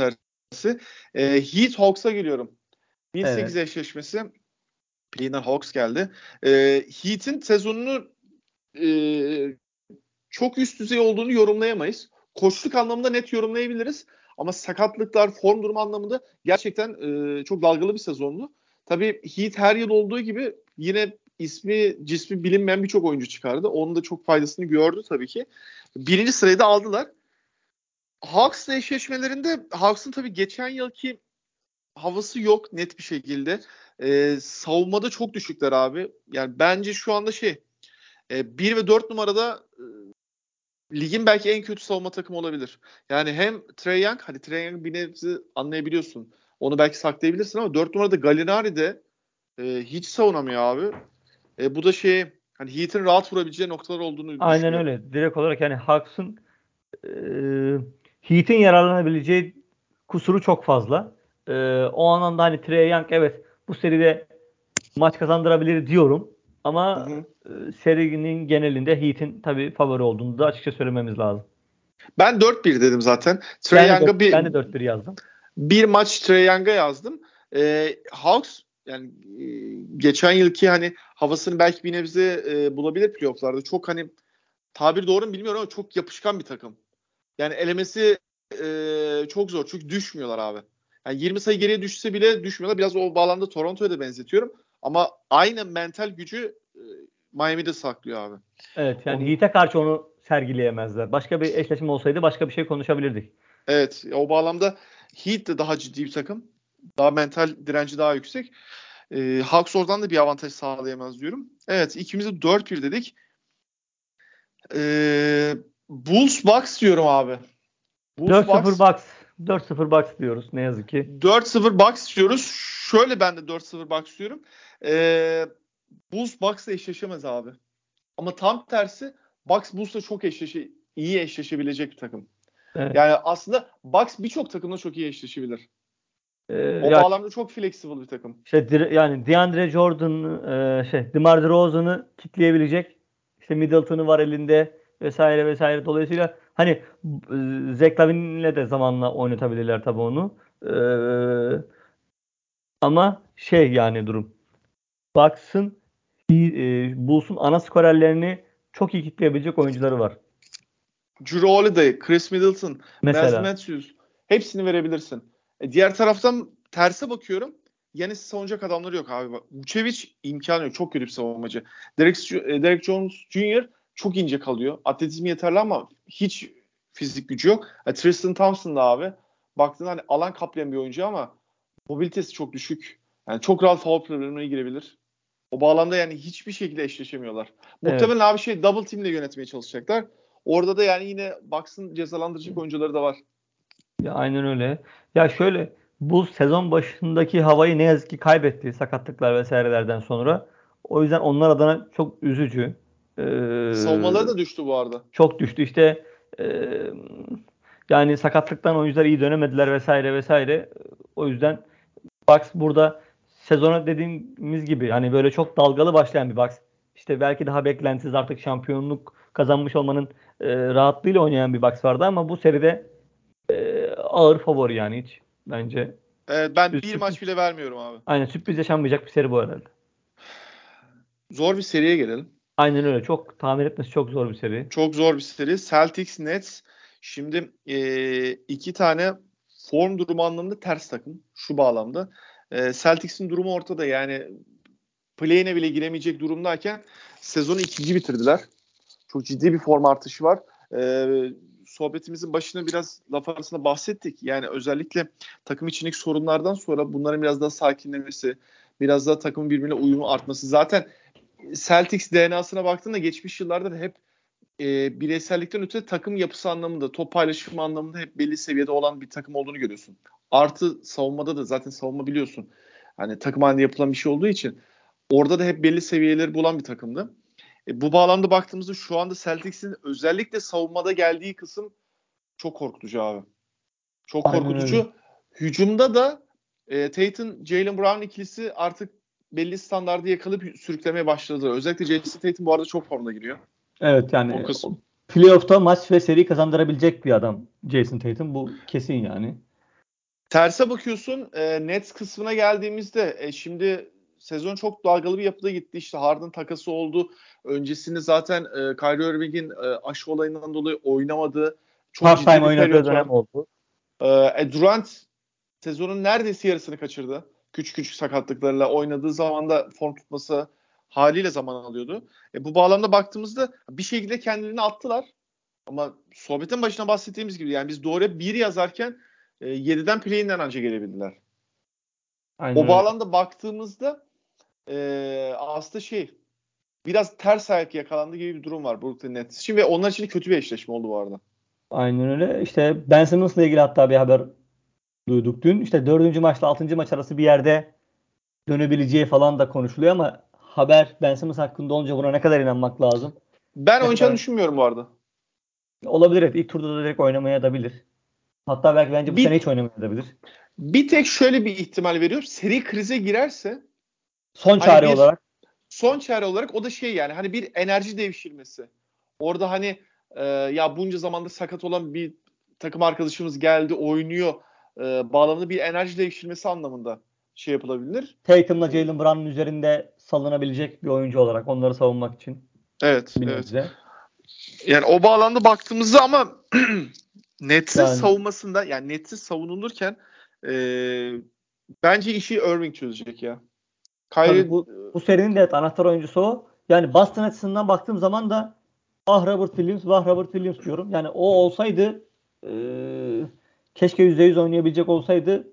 E, Heat Hawks'a geliyorum. bin sekiz
Evet.
eşleşmesi. Play'den Hawks geldi. E, Heat'in sezonunu e, çok üst düzey olduğunu yorumlayamayız. Koçluk anlamında net yorumlayabiliriz. Ama sakatlıklar, form durumu anlamında gerçekten e, çok dalgalı bir sezondu. Tabii Heat her yıl olduğu gibi yine ismi, cismi bilinmeyen birçok oyuncu çıkardı. Onun da çok faydasını gördü tabii ki. Birinci sırayı da aldılar. Hawks'la eşleşmelerinde Hawks'ın tabii geçen yılki havası yok net bir şekilde. E, savunmada çok düşükler abi. Yani bence şu anda şey e, bir ve dört numarada e, ligin belki en kötü savunma takımı olabilir. Yani hem Trae Young, hadi Trae Young bir nebze anlayabiliyorsun. Onu belki saklayabilirsin ama dört numarada Gallinari de e, hiç savunamıyor abi. E, bu da şey hani Heat'in rahat vurabileceği noktalar olduğunu
Aynen
düşünüyorum.
öyle. Direkt olarak yani Hawks'ın e, Heat'in yararlanabileceği kusuru çok fazla. E, o anlamda hani Trae Young evet bu seride maç kazandırabilir diyorum.
Hı
Ama
hı.
e, serinin genelinde Heat'in tabii favori olduğunu da açıkça söylememiz lazım.
Ben dört bir dedim zaten. Trae
Ben de
Young'a
dört,
bir,
ben de dört bir yazdım.
bir maç Trae Young'a yazdım. E, Hawks yani e, geçen yılki hani havasını belki bir nebze e, bulabilir playoff'larda. Çok hani tabir doğru mu bilmiyorum ama çok yapışkan bir takım. Yani elemesi e, çok zor. Çünkü düşmüyorlar abi. Yani yirmi sayı geriye düşse bile düşmüyorlar. Biraz o bağlamda Toronto'ya da benzetiyorum. Ama aynı mental gücü e, Miami'de saklıyor abi.
Evet yani
Onun,
Heat'e karşı onu sergileyemezler. Başka bir eşleşme olsaydı başka bir şey konuşabilirdik.
evet o bağlamda Heat de daha ciddi bir takım. Daha mental direnci daha yüksek. E, Hawks oradan da bir avantaj sağlayamaz diyorum. Evet ikimiz de dört bir dedik. E, Bulls Bucks diyorum abi. Bulls
dört sıfır
Bucks
Bucks. dört sıfır Bucks diyoruz ne yazık ki.
dört sıfır Bucks diyoruz. Şöyle ben de dört sıfır Bucks diyorum. Ee, Bulls Bucks'la eşleşemez abi. Ama tam tersi Bucks Bulls'la çok eşleşe, iyi eşleşebilecek bir takım.
Evet.
Yani aslında Bucks birçok takımla çok iyi eşleşebilir.
Ee,
O
ya
bağlamda çok flexible bir takım.
işte dire- yani DeAndre Jordan e, şey DeMar DeRozan'ı kitleyebilecek. İşte Middleton'ı var elinde vesaire vesaire. Dolayısıyla hani e, Zach LaVine'le de zamanla oynatabilirler tabii onu. Ee, ama şey yani durum. Bucks'ın e, Bulls'un ana skorerlerini çok iyi kitleyebilecek oyuncuları var.
Jrue Holiday, Chris Middleton, Maz
Mesela.
Matthews hepsini verebilirsin. E, diğer taraftan terse bakıyorum. Yanis'i savunacak adamları yok abi. Vucevic imkanı yok. Çok kötü bir savunmacı. Derek, e, Derek Jones Junior çok ince kalıyor. Atletizmi yeterli ama hiç fizik gücü yok. E, Tristan Thompson da abi. Baktığında hani alan kaplayan bir oyuncu ama mobilitesi çok düşük. Yani çok rahat foul problemine girebilir. O bağlamda yani hiçbir şekilde eşleşemiyorlar.
Evet.
Muhtemelen abi şey double team'le yönetmeye çalışacaklar. Orada da yani yine Bucks'ın cezalandırıcı oyuncuları da var.
Ya aynen öyle. Ya şöyle bu sezon başındaki havayı ne yazık ki kaybetti sakatlıklar vesairelerden sonra. O yüzden onlar adına çok üzücü. Ee,
Savunmaları da düştü bu arada.
çok düştü işte. Ee, yani sakatlıktan oyuncular iyi dönemediler vesaire vesaire. O yüzden Bucks burada sezona dediğimiz gibi hani böyle çok dalgalı başlayan bir Bucks. İşte belki daha beklentisiz artık şampiyonluk kazanmış olmanın e, rahatlığıyla oynayan bir Bucks vardı ama bu seride e, ağır favori yani hiç bence.
Ee, ben
Sürpriz,
bir
sürpriz.
maç bile vermiyorum abi.
Aynen sürpriz yaşanmayacak bir seri bu herhalde.
Zor bir seriye gelelim.
Aynen öyle. Çok tahmin etmesi çok zor bir seri.
Çok zor bir seri. Celtics, Nets. Şimdi e, iki tane form durumu anlamında ters takım. Şu bağlamda. E, Celtics'in durumu ortada. Yani play'ine bile giremeyecek durumdayken sezonu ikinci bitirdiler. Çok ciddi bir form artışı var. Ee, sohbetimizin başına biraz laf arasında bahsettik. Yani özellikle takım içindeki sorunlardan sonra bunların biraz daha sakinlemesi, biraz daha takımın birbirine uyumu artması. Zaten Celtics D N A'sına baktığında geçmiş yıllarda da hep e, bireysellikten öte takım yapısı anlamında, top paylaşımı anlamında hep belli seviyede olan bir takım olduğunu görüyorsun. Artı savunmada da zaten savunma biliyorsun. Hani takım halinde yapılan bir şey olduğu için orada da hep belli seviyeleri bulan bir takımdı. E, bu bağlamda baktığımızda şu anda Celtics'in özellikle savunmada geldiği kısım çok korkutucu abi. Çok
Aynen öyle.
korkutucu. Hücumda da e, Tatum, Jaylen Brown ikilisi artık belli standardı yakalayıp sürüklemeye başladı. Özellikle Jason Tatum bu arada çok formda giriyor.
Evet
O
yani
kısım.
playoff'ta maç ve seri kazandırabilecek bir adam Jason Tatum. Bu kesin yani.
Terse bakıyorsun e, Nets kısmına geldiğimizde e, şimdi sezon çok dalgalı bir yapıda gitti. İşte Harden takası oldu. Öncesinde zaten e, Kyrie Irving'in e, aşı olayından dolayı oynamadı. Çok
Part
ciddi
time
bir
oynadığı
periyot var.
dönem oldu.
E, e, Durant sezonun neredeyse yarısını kaçırdı. Küçük küçük sakatlıklarla oynadığı zaman da form tutması haliyle zaman alıyordu. E, bu bağlamda baktığımızda bir şekilde kendilerini attılar. Ama sohbetin başına bahsettiğimiz gibi yani biz doğruya bir yazarken e, yediden play'inden önce gelebildiler.
Aynen
O
öyle.
bağlamda baktığımızda e, aslında şey biraz ters ayak yakalandı gibi bir durum var Brooklyn Nets için ve onlar için kötü bir eşleşme oldu bu arada.
Aynen öyle. İşte Ben Simmons'la ilgili hatta bir haber duyduk dün. İşte dördüncü maçla altıncı maç arası bir yerde dönebileceği falan da konuşuluyor ama haber Ben Simmons hakkında olunca buna ne kadar inanmak lazım?
Ben
Ne
oynayacağını
kadar
düşünmüyorum bu arada.
olabilir, evet. İlk turda da direkt oynamaya da bilir. Hatta belki bence bu
Bir,
sene hiç oynamaya da bilir.
bir tek şöyle bir ihtimal veriyorum. Seri krize girerse
Son
hani
çare
bir
olarak
son çare olarak o da şey yani hani bir enerji devşirmesi. Orada hani e, ya bunca zamandır sakat olan bir takım arkadaşımız geldi oynuyor e, bağlamında bir enerji devşirmesi anlamında şey yapılabilir.
Tatum'la
E,
Jaylen Brown'un üzerinde salınabilecek bir oyuncu olarak onları savunmak için
evet,
bir
evet.
nebze.
Yani o bağlamda baktığımızda ama Nets'in
Yani
savunmasında yani Nets'in savunulurken e, bence işi Irving çözecek ya.
tabii
Kyrie
bu bu serinin de evet, anahtar oyuncusu o. Yani Boston açısından baktığım zaman da ah Robert Williams, vah Robert Williams diyorum. Yani o olsaydı e, keşke yüzde yüz oynayabilecek olsaydı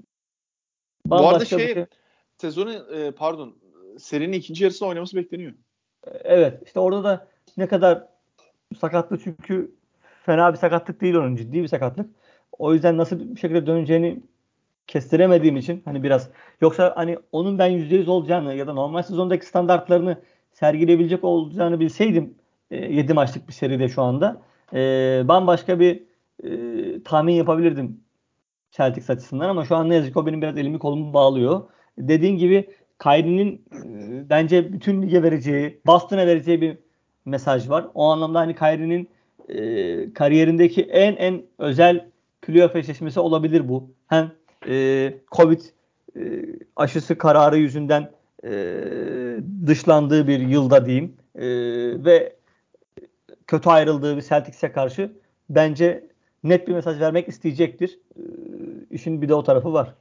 bu arada
bambaşka bir
şey
şey.
sezonu e, pardon serinin ikinci yarısında oynaması bekleniyor.
Evet, işte orada da ne kadar sakatlık, çünkü fena bir sakatlık değil, onun ciddi bir sakatlık. O yüzden nasıl bir şekilde döneceğini kestiremediğim için hani biraz, yoksa hani onun ben yüzde yüz olacağını ya da normal sezondaki standartlarını sergileyebilecek olacağını bilseydim e, yedi maçlık bir seride şu anda e, bambaşka bir e, tahmin yapabilirdim Celtics açısından, ama şu an ne yazık ki o benim biraz elimi kolumu bağlıyor. Dediğin gibi Kyrie'nin e, bence bütün lige vereceği, Boston'a vereceği bir mesaj var. O anlamda hani Kyrie'nin e, kariyerindeki en en özel playoff eşleşmesi olabilir bu. Hem e, Covid e, aşısı kararı yüzünden e, dışlandığı bir yılda diyeyim e, ve kötü ayrıldığı bir Celtics'e karşı bence net bir mesaj vermek isteyecektir. Ee, işin bir de o tarafı var.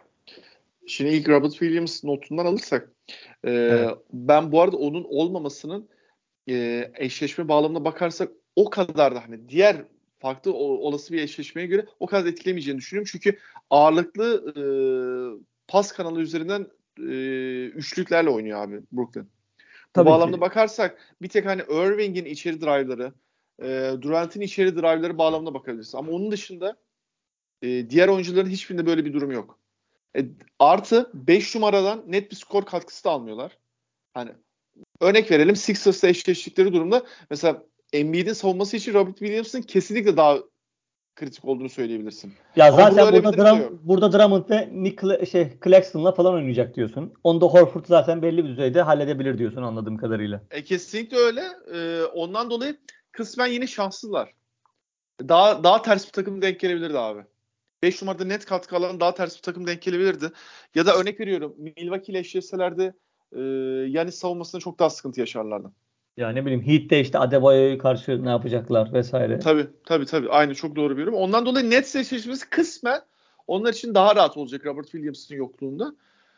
Şimdi ilk Robert Williams notundan alırsak e,
Evet.
ben bu arada onun olmamasının e, eşleşme bağlamına bakarsak o kadar da hani diğer farklı o, olası bir eşleşmeye göre o kadar etkilemeyeceğini düşünüyorum. Çünkü ağırlıklı e, pas kanalı üzerinden e, üçlüklerle oynuyor abi Brooklyn. Bu
Tabii
bağlamda
ki.
bakarsak bir tek hani Irving'in içeri drive'ları, e, Durant'in içeri drive'ları bağlamına bakabiliriz. Ama onun dışında e, diğer oyuncuların hiçbirinde böyle bir durum yok. E, artı beş numaradan net bir skor katkısı da almıyorlar. Hani örnek verelim Sixers'la eşleştikleri durumda mesela Embiid'in savunması için Robert Williams'ın kesinlikle daha kritik olduğunu söyleyebilirsin.
Ya
Ama burada
zaten
öyle bir
burada
durum da
Drum,
yok.
burada Drummond ve Nick Cla- şey Claxton'la falan oynayacak diyorsun. Onda Horford zaten belli bir düzeyde halledebilir diyorsun anladığım kadarıyla.
E, kesinlikle öyle. E, ondan dolayı kısmen yine şanslılar. Daha daha ters bir takım denk gelebilirdi abi. beş numarada net katkı alan daha ters bir takım denk gelebilirdi. Ya da örnek veriyorum Milwaukee ile eşleşselerdi e, yani savunmasında çok daha sıkıntı yaşarlardı.
Ya ne bileyim Heat'te işte Adebayo'ya karşı ne yapacaklar vesaire.
Tabii tabii tabii. Aynı çok doğru bir yorum. Ondan dolayı Nets eşleşmesi kısmen onlar için daha rahat olacak Robert Williams'ın yokluğunda.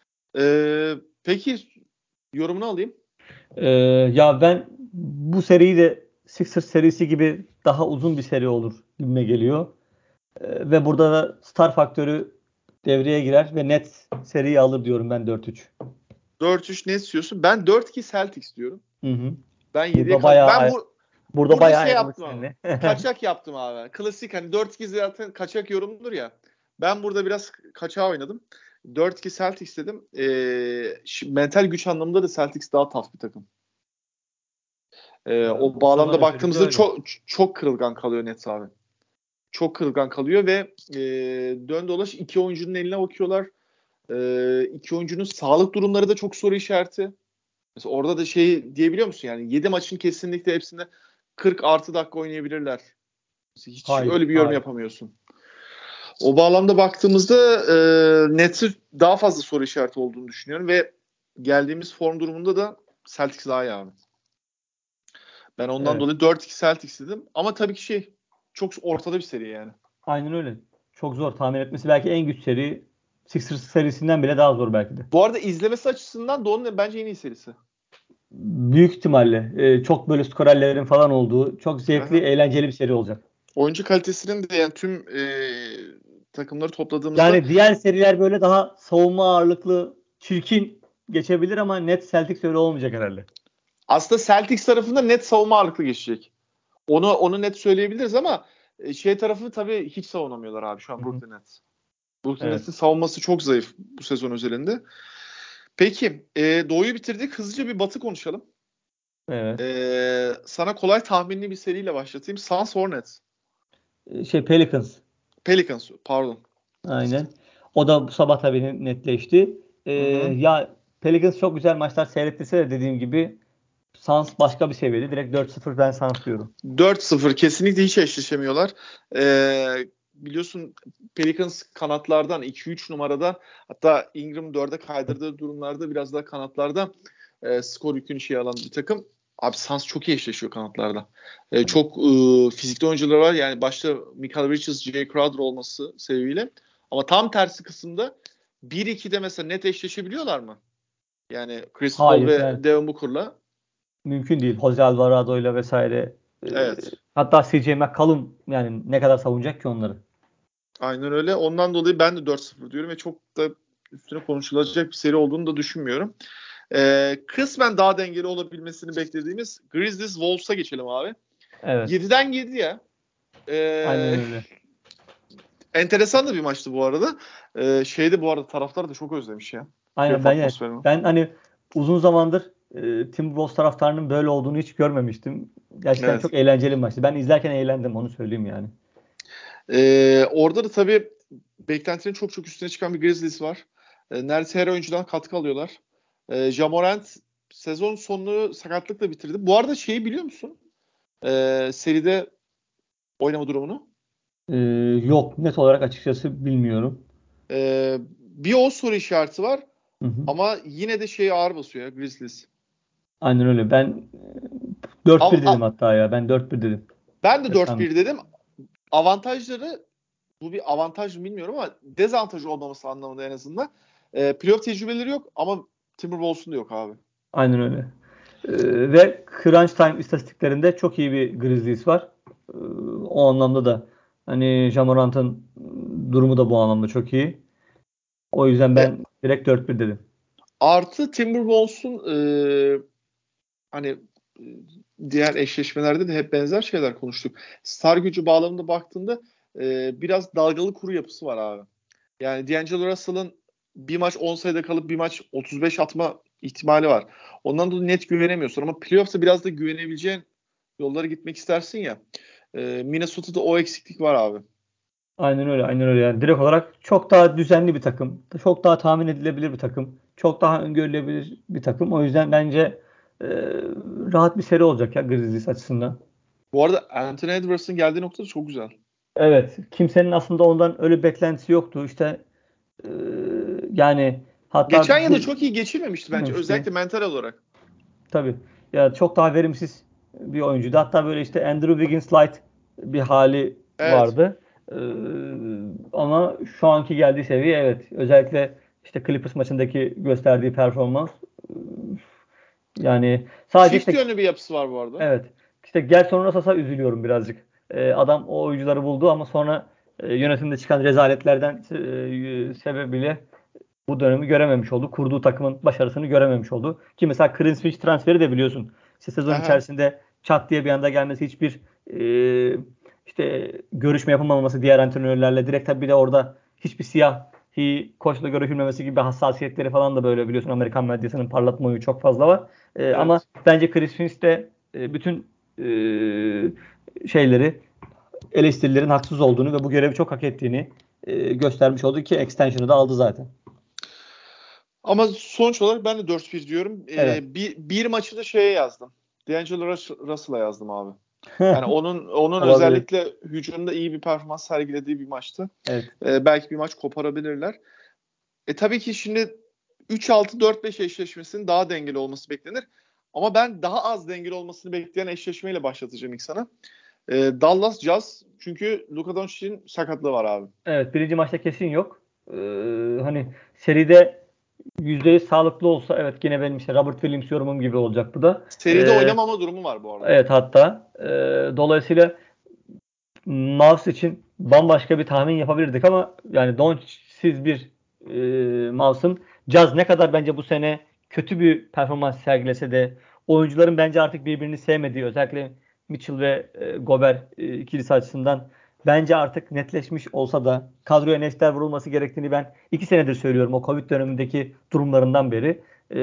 Ee, peki yorumunu alayım.
Ee, ya ben bu seriyi de Sixers serisi gibi daha uzun bir seri olur gibime geliyor. Ee, ve burada da star faktörü devreye girer ve net seriyi alır diyorum ben dört üç.
dört üç Nets diyorsun. Ben dört iki Celtics diyorum.
Hı hı.
Ben yediye
Burada
kaldım.
bayağı
Ben
ay-
bu
burada
burada
bayağı
şey
ayrılık
yaptım ama.
seninle.
Kaçak yaptım abi. Klasik hani dört iki zaten kaçak yorumdur ya. Ben burada biraz kaçağı oynadım. dört iki Celtics dedim. Ee, şi- mental güç anlamında da Celtics daha tough bir takım. Ee,
Ya,
o
bu sezon
bağlamda
özelinde
baktığımızda
öyle.
çok çok kırılgan kalıyor Nets abi. Çok kırılgan kalıyor ve e, dön dolaş iki oyuncunun eline bakıyorlar. E, iki oyuncunun sağlık durumları da çok soru işareti. Mesela orada da şey diyebiliyor musun yani yedi maçın kesinlikle hepsinde kırk artı dakika oynayabilirler. Mesela hiç
Hayır,
öyle bir yorum
hayır.
yapamıyorsun. O bağlamda baktığımızda e, Nets'in daha fazla soru işareti olduğunu düşünüyorum ve geldiğimiz form durumunda da Celtics daha iyi abi. Ben ondan
Evet.
dolayı dört iki Celtics dedim. Ama tabii ki şey çok ortada bir seri yani.
Aynen öyle. Çok zor tahmin etmesi. Belki en güç seri Sixers serisinden bile daha zor belki de.
Bu arada izlemesi açısından Doğu'nun bence en iyi serisi.
Büyük ihtimalle e, çok böyle skorerlerin falan olduğu çok zevkli,
Aha.
eğlenceli bir seri olacak.
Oyuncu kalitesinin de yani tüm e, takımları topladığımızda
Yani diğer seriler böyle daha savunma ağırlıklı, çirkin geçebilir ama net Celtics öyle olmayacak herhalde.
aslında Celtics tarafında net savunma ağırlıklı geçecek. Onu onu net söyleyebiliriz ama e, şey tarafı tabii hiç savunamıyorlar abi şu an
Hı hı.
Brooklyn Nets. Brooklyn
Evet.
Nets'in savunması çok zayıf bu sezon özelinde. Peki e, Doğu'yu bitirdik. Hızlıca bir Batı konuşalım.
Evet.
E, sana kolay tahminli bir seriyle başlatayım. Suns Hornets.
E, Şey Pelicans.
Pelicans pardon.
Aynen. O da bu sabah tabii netleşti. Ee,
Hı hı.
ya Pelicans çok güzel maçlar seyrettirse de dediğim gibi Suns başka bir seviyede. Direkt dört sıfır ben Suns diyorum.
dört sıfır kesinlikle hiç eşleşemiyorlar. Ee, biliyorsun Pelicans kanatlardan iki üç numarada hatta Ingram dörde kaydırdığı durumlarda biraz daha kanatlarda e, skor yükünü şey alan bir takım. Abi Suns çok iyi eşleşiyor kanatlarda. E, çok e, fizikli oyuncular var. Yani başta Michael Bridges, Jay Crowder olması sebebiyle. Ama tam tersi kısımda bir ikide mesela net eşleşebiliyorlar mı? Yani Chris Paul
Hayır
ve
yani
Devin Booker'la.
mümkün değil. Jose Alvarado'yla vesaire. Ee,
Evet.
hatta C J McCollum yani ne kadar savunacak ki onları?
Aynen öyle. Ondan dolayı ben de dört sıfır diyorum ve çok da üstüne konuşulacak bir seri olduğunu da düşünmüyorum. Ee, kısmen daha dengeli olabilmesini beklediğimiz Grizzlies Wolves'a geçelim abi.
Evet.
yediden yedi ya.
Aynen
Ee,
öyle.
enteresan da bir maçtı bu arada. Ee, şeyde bu arada taraftar da çok özlemiş ya.
Aynen
Playoff
ben yani,
atmosferini.
ben hani uzun zamandır e, Timberwolves taraftarının böyle olduğunu hiç görmemiştim. Gerçekten
Evet.
çok eğlenceli bir maçtı. Ben izlerken eğlendim onu söyleyeyim yani.
Ee, orada da tabii beklentilerin çok çok üstüne çıkan bir Grizzlies var. Ee, neredeyse her oyuncudan katkı alıyorlar. Ee, Ja Morant sezon sonunu sakatlıkla bitirdi. Bu arada şeyi biliyor musun? Ee, seride oynama durumunu.
Ee, yok net olarak açıkçası bilmiyorum.
Ee, bir o soru işareti var
Hı hı.
ama yine de şey ağır basıyor ya Grizzlies.
Aynen öyle. Ben e, dört
Ama,
bir dedim
a-
hatta ya. Ben dört bir dedim.
ben de dört
Efendim.
bir dedim. Avantajları bu bir avantaj mı bilmiyorum ama dezavantajı olmaması anlamında en azından. Ee, playoff tecrübeleri yok ama Timberwolves'un da yok abi.
Aynen öyle. Ee, ve crunch time istatistiklerinde çok iyi bir Grizzlies var. Ee, o anlamda da hani Ja Morant'ın durumu da bu anlamda çok iyi. O yüzden
E,
ben direkt dört bir dedim.
artı Timberwolves'un e, hani e, diğer eşleşmelerde de hep benzer şeyler konuştuk. Star gücü bağlamında baktığında e, biraz dalgalı kuru yapısı var abi. Yani D'Angelo Russell'ın bir maç on sayıda kalıp bir maç otuz beş atma ihtimali var. Ondan dolayı net güvenemiyorsun ama playoff'ta biraz da güvenebileceğin yollara gitmek istersin ya. E, Minnesota'da o eksiklik var abi.
Aynen öyle, aynen öyle. Yani direkt olarak çok daha düzenli bir takım. Çok daha tahmin edilebilir bir takım. Çok daha öngörülebilir bir takım. O yüzden bence e, rahat bir seri olacak ya Grizzlies açısından.
Bu arada Anthony Edwards'ın geldiği nokta da çok güzel.
Evet, kimsenin aslında ondan öyle beklentisi yoktu. İşte e, yani
Geçen
hatta
yıl da çok iyi geçirmemişti bence.
demişti.
Özellikle mental olarak.
Tabii. Ya çok daha verimsiz bir oyuncuydu. Hatta böyle işte Andrew Wiggins light bir hali
Evet.
vardı. Ee, ama şu anki geldiği seviye evet. Özellikle işte Clippers maçındaki gösterdiği performans e, yani sadece
Çift
işte
yönlü bir yapısı var bu arada.
evet işte Gelson Rosas'a üzülüyorum birazcık. Ee, adam o oyuncuları buldu ama sonra e, yönetimde çıkan rezaletlerden e, sebebiyle bu dönemi görememiş oldu. Kurduğu takımın başarısını görememiş oldu. Ki mesela Chris Finch transferi de biliyorsun. İşte sezon
Aha.
içerisinde çat diye bir anda gelmesi hiçbir e, işte görüşme yapılmaması diğer antrenörlerle direkt tabii bir de orada hiçbir siyahi koçla görüşülmemesi gibi hassasiyetleri falan da böyle biliyorsun Amerikan medyasının parlatma oyu çok fazla var. E, ama
Evet.
bence Chris Finch de e, bütün e, şeyleri eleştirilerin haksız olduğunu ve bu görevi çok hak ettiğini e, göstermiş oldu ki extension'ı da aldı zaten.
Ama sonuç olarak ben de dört bir diyorum.
Evet.
Ee, bir, bir maçı da şeye yazdım. D'Angelo Rus- Russell'a yazdım abi. Yani onun onun
Olabilir.
özellikle hücumda iyi bir performans sergilediği bir maçtı.
Evet.
Ee, belki bir maç koparabilirler. E tabii ki şimdi üç altı dört beş eşleşmesinin daha dengeli olması beklenir. Ama ben daha az dengeli olmasını bekleyen eşleşmeyle başlatacağım ilk sana. Ee, Dallas Jazz, çünkü Luka Doncic'in sakatlığı var abi.
Evet, birinci maçta kesin yok. Ee, hani seride yüzde yüz sağlıklı olsa evet yine benim işte Robert Williams yorumum gibi olacak bu da.
Seride
Ee,
oynamama durumu var bu arada.
evet hatta e, dolayısıyla Mavs için bambaşka bir tahmin yapabilirdik ama yani Doncic'siz bir e, Mavs'ın Jazz ne kadar bence bu sene kötü bir performans sergilese de oyuncuların bence artık birbirini sevmediği, özellikle Mitchell ve e, Gobert e, ikilisi açısından bence artık netleşmiş olsa da kadroya neşter vurulması gerektiğini ben iki senedir söylüyorum, o Covid dönemindeki durumlarından beri. E,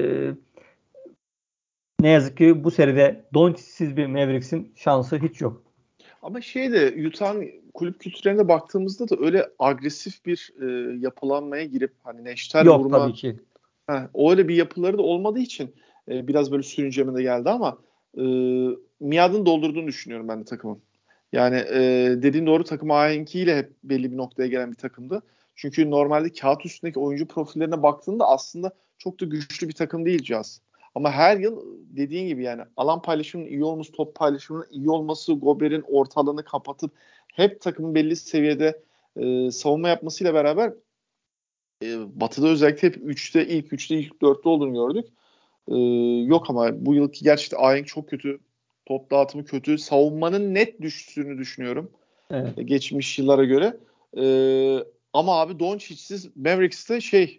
ne yazık ki bu seride Doncic'siz bir Mavericks'in şansı hiç yok.
Ama şeyde Utah'ın kulüp kültürlerine baktığımızda da öyle agresif bir e, yapılanmaya girip hani neşter
Yok
vurma,
tabii ki.
heh, öyle bir yapıları da olmadığı için e, biraz böyle sürünceme de geldi ama e, miadını doldurduğunu düşünüyorum ben de takımın. Yani e, dediğin doğru, takım ahengiyle hep belli bir noktaya gelen bir takımdı. Çünkü normalde kağıt üstündeki oyuncu profillerine baktığında aslında çok da güçlü bir takım değil Jazz. Ama her yıl dediğin gibi yani alan paylaşımının iyi olması, top paylaşımının iyi olması, Gobert'in ortalığını kapatıp hep takımın belli seviyede e, savunma yapmasıyla beraber e, Batı'da özellikle hep üçte, ilk üçte, ilk dörtte olduğunu gördük. E, yok ama bu yılki gerçekten ahenk çok kötü. Top dağıtımı kötü. Savunmanın net düştüğünü düşünüyorum.
Evet.
E, geçmiş yıllara göre. E, ama abi Doncic'siz Mavericks'te şey,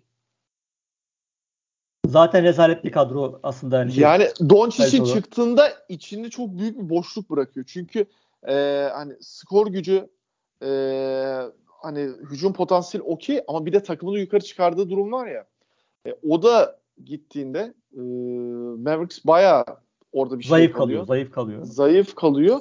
Zaten rezalet bir kadro aslında yani şey.
yani Doncic'in
Kalite olarak.
çıktığında içinde çok büyük bir boşluk bırakıyor. Çünkü e, hani skor gücü, e, hani hücum potansiyeli okey ama bir de takımını yukarı çıkardığı durum var ya. E, o da gittiğinde e, Mavericks bayağı orada bir şey
Zayıf kalıyor.
kalıyor.
Zayıf kalıyor.
Zayıf kalıyor.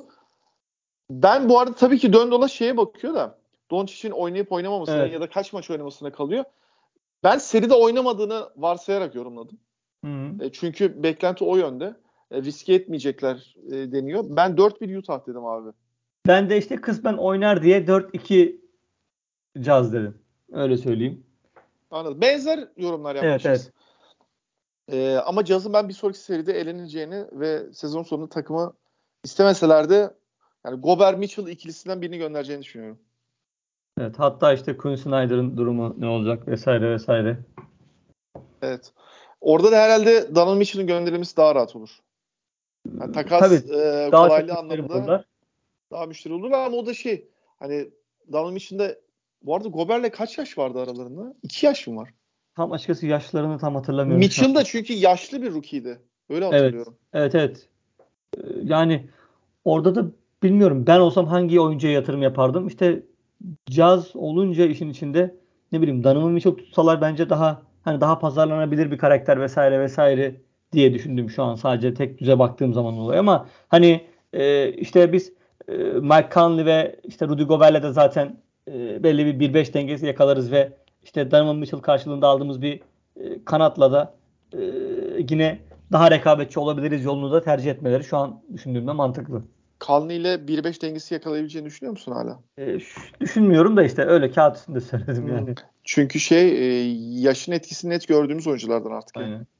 Ben bu arada tabii ki dön dolaş şeye bakıyor da Doncic'in oynayıp oynamamasına
Evet.
ya da kaç maç oynamasına kalıyor. Ben seride oynamadığını varsayarak yorumladım.
Hı-hı.
E, çünkü beklenti o yönde. E, riske etmeyecekler e, deniyor. Ben dört bir Utah dedim abi.
Ben de işte kısmen oynar diye dört iki Jazz dedim. Öyle söyleyeyim.
Anladım. Benzer yorumlar
Evet
yapmışız.
evet.
E, ama Jazz'ın ben bir sonraki seride eleneceğini ve sezon sonunda takımı istemeseler de yani Gobert Mitchell ikilisinden birini göndereceğini düşünüyorum.
Evet. Hatta işte Quinn Snyder'ın durumu ne olacak vesaire vesaire.
Evet. Orada da herhalde Donovan Mitchell'ın gönderilmesi daha rahat olur. Yani takas
Tabii
e,
daha çok
kolaylığı
müşteri
anlamında
bulurlar.
daha müşteri olur ama o da şey, hani Donovan Mitchell'da bu arada Gobert'le kaç yaş vardı aralarında? iki yaş mı var?
Tam açıkçası yaşlarını tam hatırlamıyorum şu
Mitchell
an.
da çünkü yaşlı bir rookie'ydi. Öyle
Evet.
hatırlıyorum.
Evet evet. Ee, Yani orada da bilmiyorum, ben olsam hangi oyuncuya yatırım yapardım. İşte Jazz olunca işin içinde ne bileyim Donovan Mitchell tutsalar bence daha hani daha pazarlanabilir bir karakter vesaire vesaire diye düşündüm şu an, sadece tek düze baktığım zaman oluyor ama hani e, işte biz e, Mike Conley ve işte Rudy Gobert'le de zaten e, belli bir bir beş dengesi yakalarız ve işte Donovan Mitchell karşılığında aldığımız bir e, kanatla da e, yine daha rekabetçi olabiliriz yolunu da tercih etmeleri şu an düşündüğümde mantıklı.
Conley ile bir beş dengesi yakalayabileceğini düşünüyor musun hala?
E, şu- düşünmüyorum da işte öyle kağıt üstünde söyledim
Hmm.
yani.
Çünkü şey e, yaşın etkisini net gördüğümüz oyunculardan artık ya.
Aynen.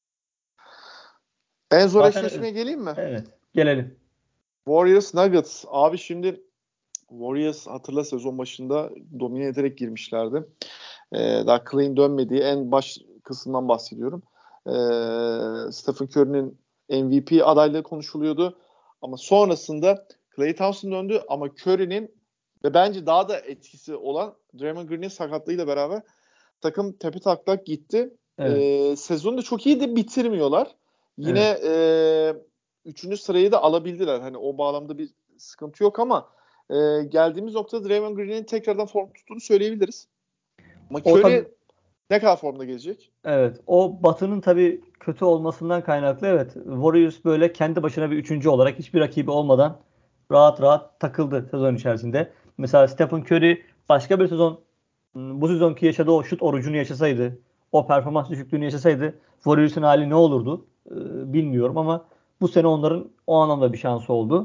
En zor
Zaten öyle.
eşleşmeye geleyim mi?
Evet. Gelelim.
Warriors Nuggets. Abi şimdi Warriors hatırla sezon başında domine ederek girmişlerdi. Ee, daha Clay'in dönmediği en baş kısımdan bahsediyorum. Ee, Stephen Curry'nin M V P adaylığı konuşuluyordu. Ama sonrasında Klay Thompson döndü ama Curry'nin ve bence daha da etkisi olan Draymond Green'in sakatlığıyla beraber takım tepe taklak gitti.
Evet.
Ee, sezonu da çok iyi de bitirmiyorlar. Yine
Evet.
e, üçüncü sırayı da alabildiler. Hani o bağlamda bir sıkıntı yok ama e, geldiğimiz noktada Draymond Green'in tekrardan form tuttuğunu söyleyebiliriz. Ama
O tabii,
Curry ne kadar formda gelecek?
evet. O Batı'nın tabii kötü olmasından kaynaklı, evet. Warriors böyle kendi başına bir üçüncü olarak hiçbir rakibi olmadan rahat rahat takıldı sezon içerisinde. Mesela Stephen Curry başka bir sezon, bu sezonki yaşadığı o şut orucunu yaşasaydı, o performans düşüklüğünü yaşasaydı Warriors'ın hali ne olurdu? Ee, bilmiyorum ama bu sene onların o anlamda bir şansı oldu.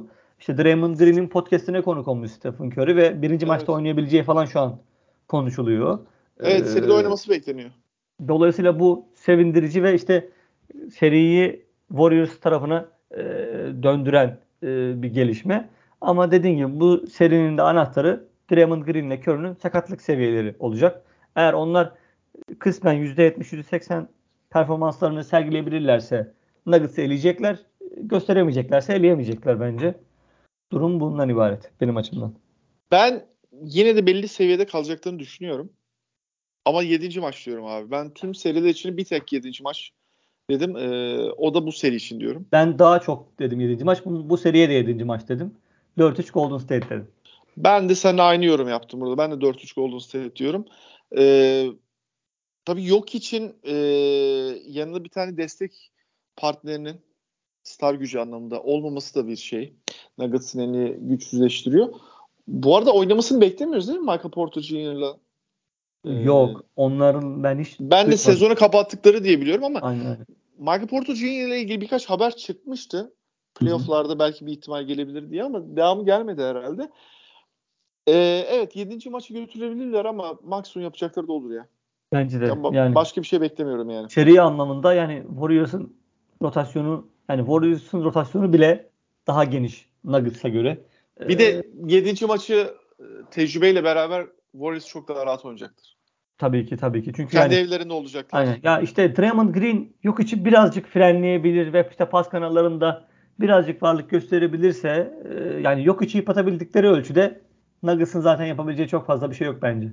İşte Draymond Green'in podcast'ine konuk olmuş Stephen Curry ve birinci
Evet.
maçta oynayabileceği falan şu an konuşuluyor.
Evet,
Ee,
seride oynaması bekleniyor.
Dolayısıyla bu sevindirici ve işte seriyi Warriors tarafına e, döndüren e, bir gelişme. Ama dediğim gibi bu serinin de anahtarı Draymond Green ile Curry'nin sakatlık seviyeleri olacak. Eğer onlar kısmen yüzde yetmiş yüzde seksen performanslarını sergileyebilirlerse Nuggets'ı eleyecekler. Gösteremeyeceklerse eleyemeyecekler bence. Durum bundan ibaret benim açımdan.
Ben yine de belli seviyede kalacaklarını düşünüyorum. Ama yedinci maç diyorum abi. Ben tüm seriler için bir tek yedinci maç dedim. Ee, o da bu seri için diyorum.
Ben daha çok dedim yedinci maç. Bu, bu seriye de yedinci maç dedim. dört üç Golden State dedim.
Ben de seninle aynı yorum yaptım burada. Ben de dört üç Golden State diyorum. Ee, tabii yok için e, yanında bir tane destek partnerinin star gücü anlamında olmaması da bir şey. Nuggets'ın elini güçsüzleştiriyor. Bu arada oynamasını beklemiyoruz değil mi Michael Porter Junior'la? Ee,
Yok. Onların ben hiç
ben de
duymadım.
sezonu kapattıkları diye biliyorum ama
Aynen öyle.
Michael Porter Junior ile ilgili birkaç haber çıkmıştı. Playoff'larda belki bir ihtimal gelebilir diye ama devamı gelmedi herhalde. Ee, evet yedinci maçı götürebilirler ama maksimum yapacakları da olur ya.
Bence de.
Yani ba-
Yani
başka bir şey beklemiyorum yani.
seri anlamında yani Warriors'ın rotasyonu yani Warriors'ın rotasyonu bile daha geniş Nuggets'a göre.
Bir
Ee,
de yedinci maçı e, tecrübeyle beraber Warriors çok daha rahat oynayacaktır.
tabii ki tabii ki. Çünkü
Kendi
yani
evlerinde olacaklar.
aynen. Ya işte Draymond Green yok içi birazcık frenleyebilir ve işte pas kanallarında birazcık varlık gösterebilirse e, yani yok içi yapatabildikleri ölçüde Nuggets'ın zaten yapabileceği çok fazla bir şey yok bence.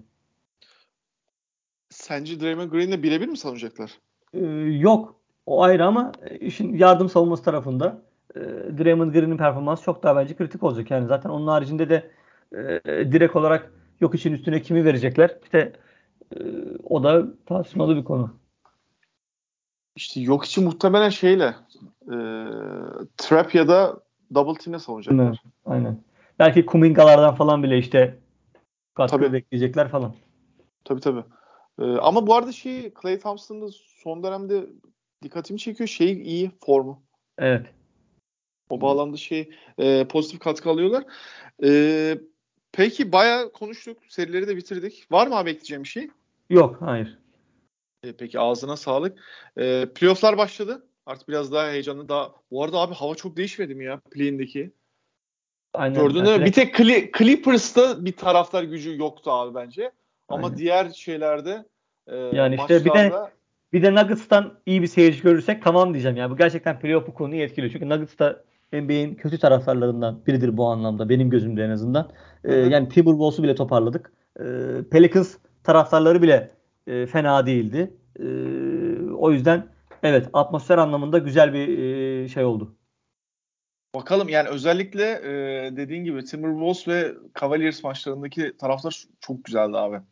Sence Draymond Green'le birebir mi savunacaklar?
Ee, yok. O ayrı ama işin yardım savunması tarafında e, Draymond Green'in performansı çok daha bence kritik olacak. Yani zaten onun haricinde de e, direkt olarak yok için üstüne kimi verecekler? İşte e, o da tartışmalı bir konu.
İşte yok için muhtemelen şeyle e, trap ya da double team'le
Aynen.
savunacaklar.
Aynen. Belki Kumingalardan falan bile işte katkı
Tabii.
bekleyecekler falan.
Tabii tabii. Ee, ama bu arada şey Klay Thompson'da son dönemde dikkatimi çekiyor. Şey iyi formu.
Evet.
O bağlamda şey e, pozitif katkı alıyorlar. E, peki bayağı konuştuk. Serileri de bitirdik. Var mı abi ekleyeceğim bir şey?
Yok, hayır.
E, peki ağzına sağlık. E, playoff'lar başladı. Artık biraz daha heyecanlı. Daha... Bu arada abi hava çok değişmedi mi ya play'indeki?
Aynen.
Gördün
Yani
değil mi? Bir
direkt,
tek Cli- Clippers'ta bir taraftar gücü yoktu abi bence. Ama
aynen.
diğer şeylerde e,
Yani işte bir de
maçlarda
bir de Nuggets'tan iyi bir seyirci görürsek tamam diyeceğim. Yani bu gerçekten playoff bu konuyu etkiliyor. Çünkü Nuggets da N B A'in kötü taraftarlarından biridir bu anlamda. Benim gözümde en azından. Ee,
hı hı.
yani Timberwolves'u bile toparladık. Ee, Pelicans taraftarları bile e, fena değildi. Ee, o yüzden evet atmosfer anlamında güzel bir e, şey oldu.
Bakalım yani özellikle e, dediğin gibi Timberwolves ve Cavaliers maçlarındaki taraftar çok güzeldi abi.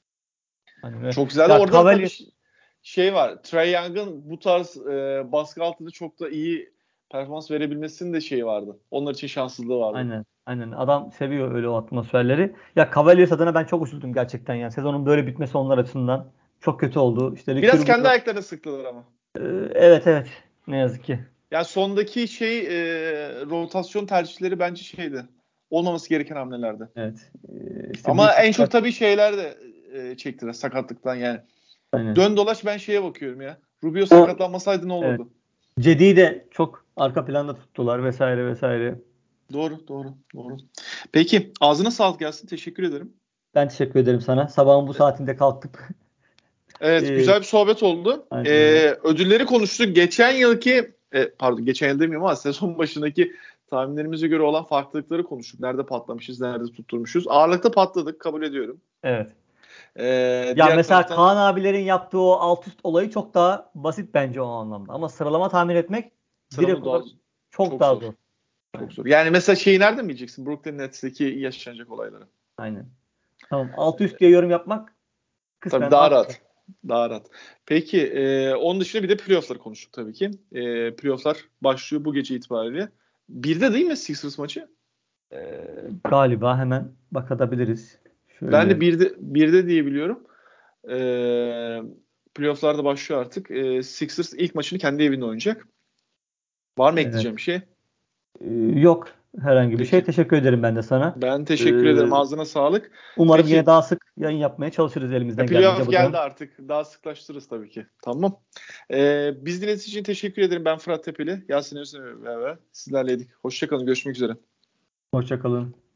Hani ve-
Çok güzeldi.
ya
Orada da tabii
Cavaliers
ş- şey var. Trae Young'ın bu tarz e, baskı altında çok da iyi performans verebilmesinin de şeyi vardı. Onlar için şanssızlığı vardı.
aynen aynen adam seviyor öyle o atmosferleri. Ya Cavaliers adına ben çok üzüldüm gerçekten yani. Sezonun böyle bitmesi onlar açısından çok kötü oldu. İşte Ricky
Biraz kendi
Rubiro'da
ayaklarına sıktılar ama.
Ee, evet evet. Ne yazık ki.
Yani sondaki şey e, rotasyon tercihleri bence şeydi. Olmaması gereken hamlelerdi.
Evet. Ee, işte
Ama
büyük
en
ihtimal-
çok tabii şeyler de e, çektiler sakatlıktan yani.
aynen.
Dön dolaş ben şeye bakıyorum ya. Rubio
O
sakatlanmasaydı ne
evet.
olurdu?
Cedi'yi de çok arka planda tuttular vesaire vesaire.
Doğru, doğru, doğru. Peki, ağzına sağlık gelsin. Teşekkür ederim.
Ben teşekkür ederim sana. Sabahın bu saatinde kalktık.
Evet,
Ee,
güzel bir sohbet oldu.
aynen öyle.
Ee, ödülleri konuştuk. Geçen yılki, e, pardon geçen yıl demiyorum ama sezon başındaki tahminlerimize göre olan farklılıkları konuştuk. Nerede patlamışız, nerede tutturmuşuz. Ağırlıkta patladık, kabul ediyorum.
Evet.
Ee,
Ya
diğer
mesela
taraftan
Kaan abilerin yaptığı o alt üst olayı çok daha basit bence o anlamda. Ama sıralama tahmin etmek direkt
sıralama daha
olarak çok
çok
daha
zor.
zor.
Çok
Aynen.
zor. Yani mesela şeyi nereden bileceksin? Brooklyn Nets'teki yaşanacak olayları.
Aynen. Tamam. Alt üst diye yorum yapmak
Tabii
kısmen
daha
daha kolay.
rahat. Daha rahat. Peki e, onun dışında bir de playoff'ları konuştuk tabii ki. E, playoff'lar başlıyor bu gece itibariyle. Birde değil mi Sixers maçı?
Ee, galiba hemen bakabiliriz.
Ben
Şöyle.
de birde, birde diye biliyorum. E, playoff'lar da başlıyor artık. E, Sixers ilk maçını kendi evinde oynayacak. Var mı
Evet.
ekleyeceğim bir şey?
Ee, yok. herhangi bir
Peki.
şey. Teşekkür ederim ben de sana.
Ben teşekkür
Ee,
ederim. Ağzına sağlık.
Umarım
Peki.
yine daha sık yayın yapmaya çalışırız elimizden geldiğince.
Playoff
Bakalım.
geldi artık. Daha sıklaştırırız tabii ki. Tamam. Ee, biz dinlediğiniz için teşekkür ederim. Ben Fırat Tepeli. Yasin Öztürk beraber sizlerleydik. Hoşçakalın. Görüşmek üzere.
Hoşça kalın.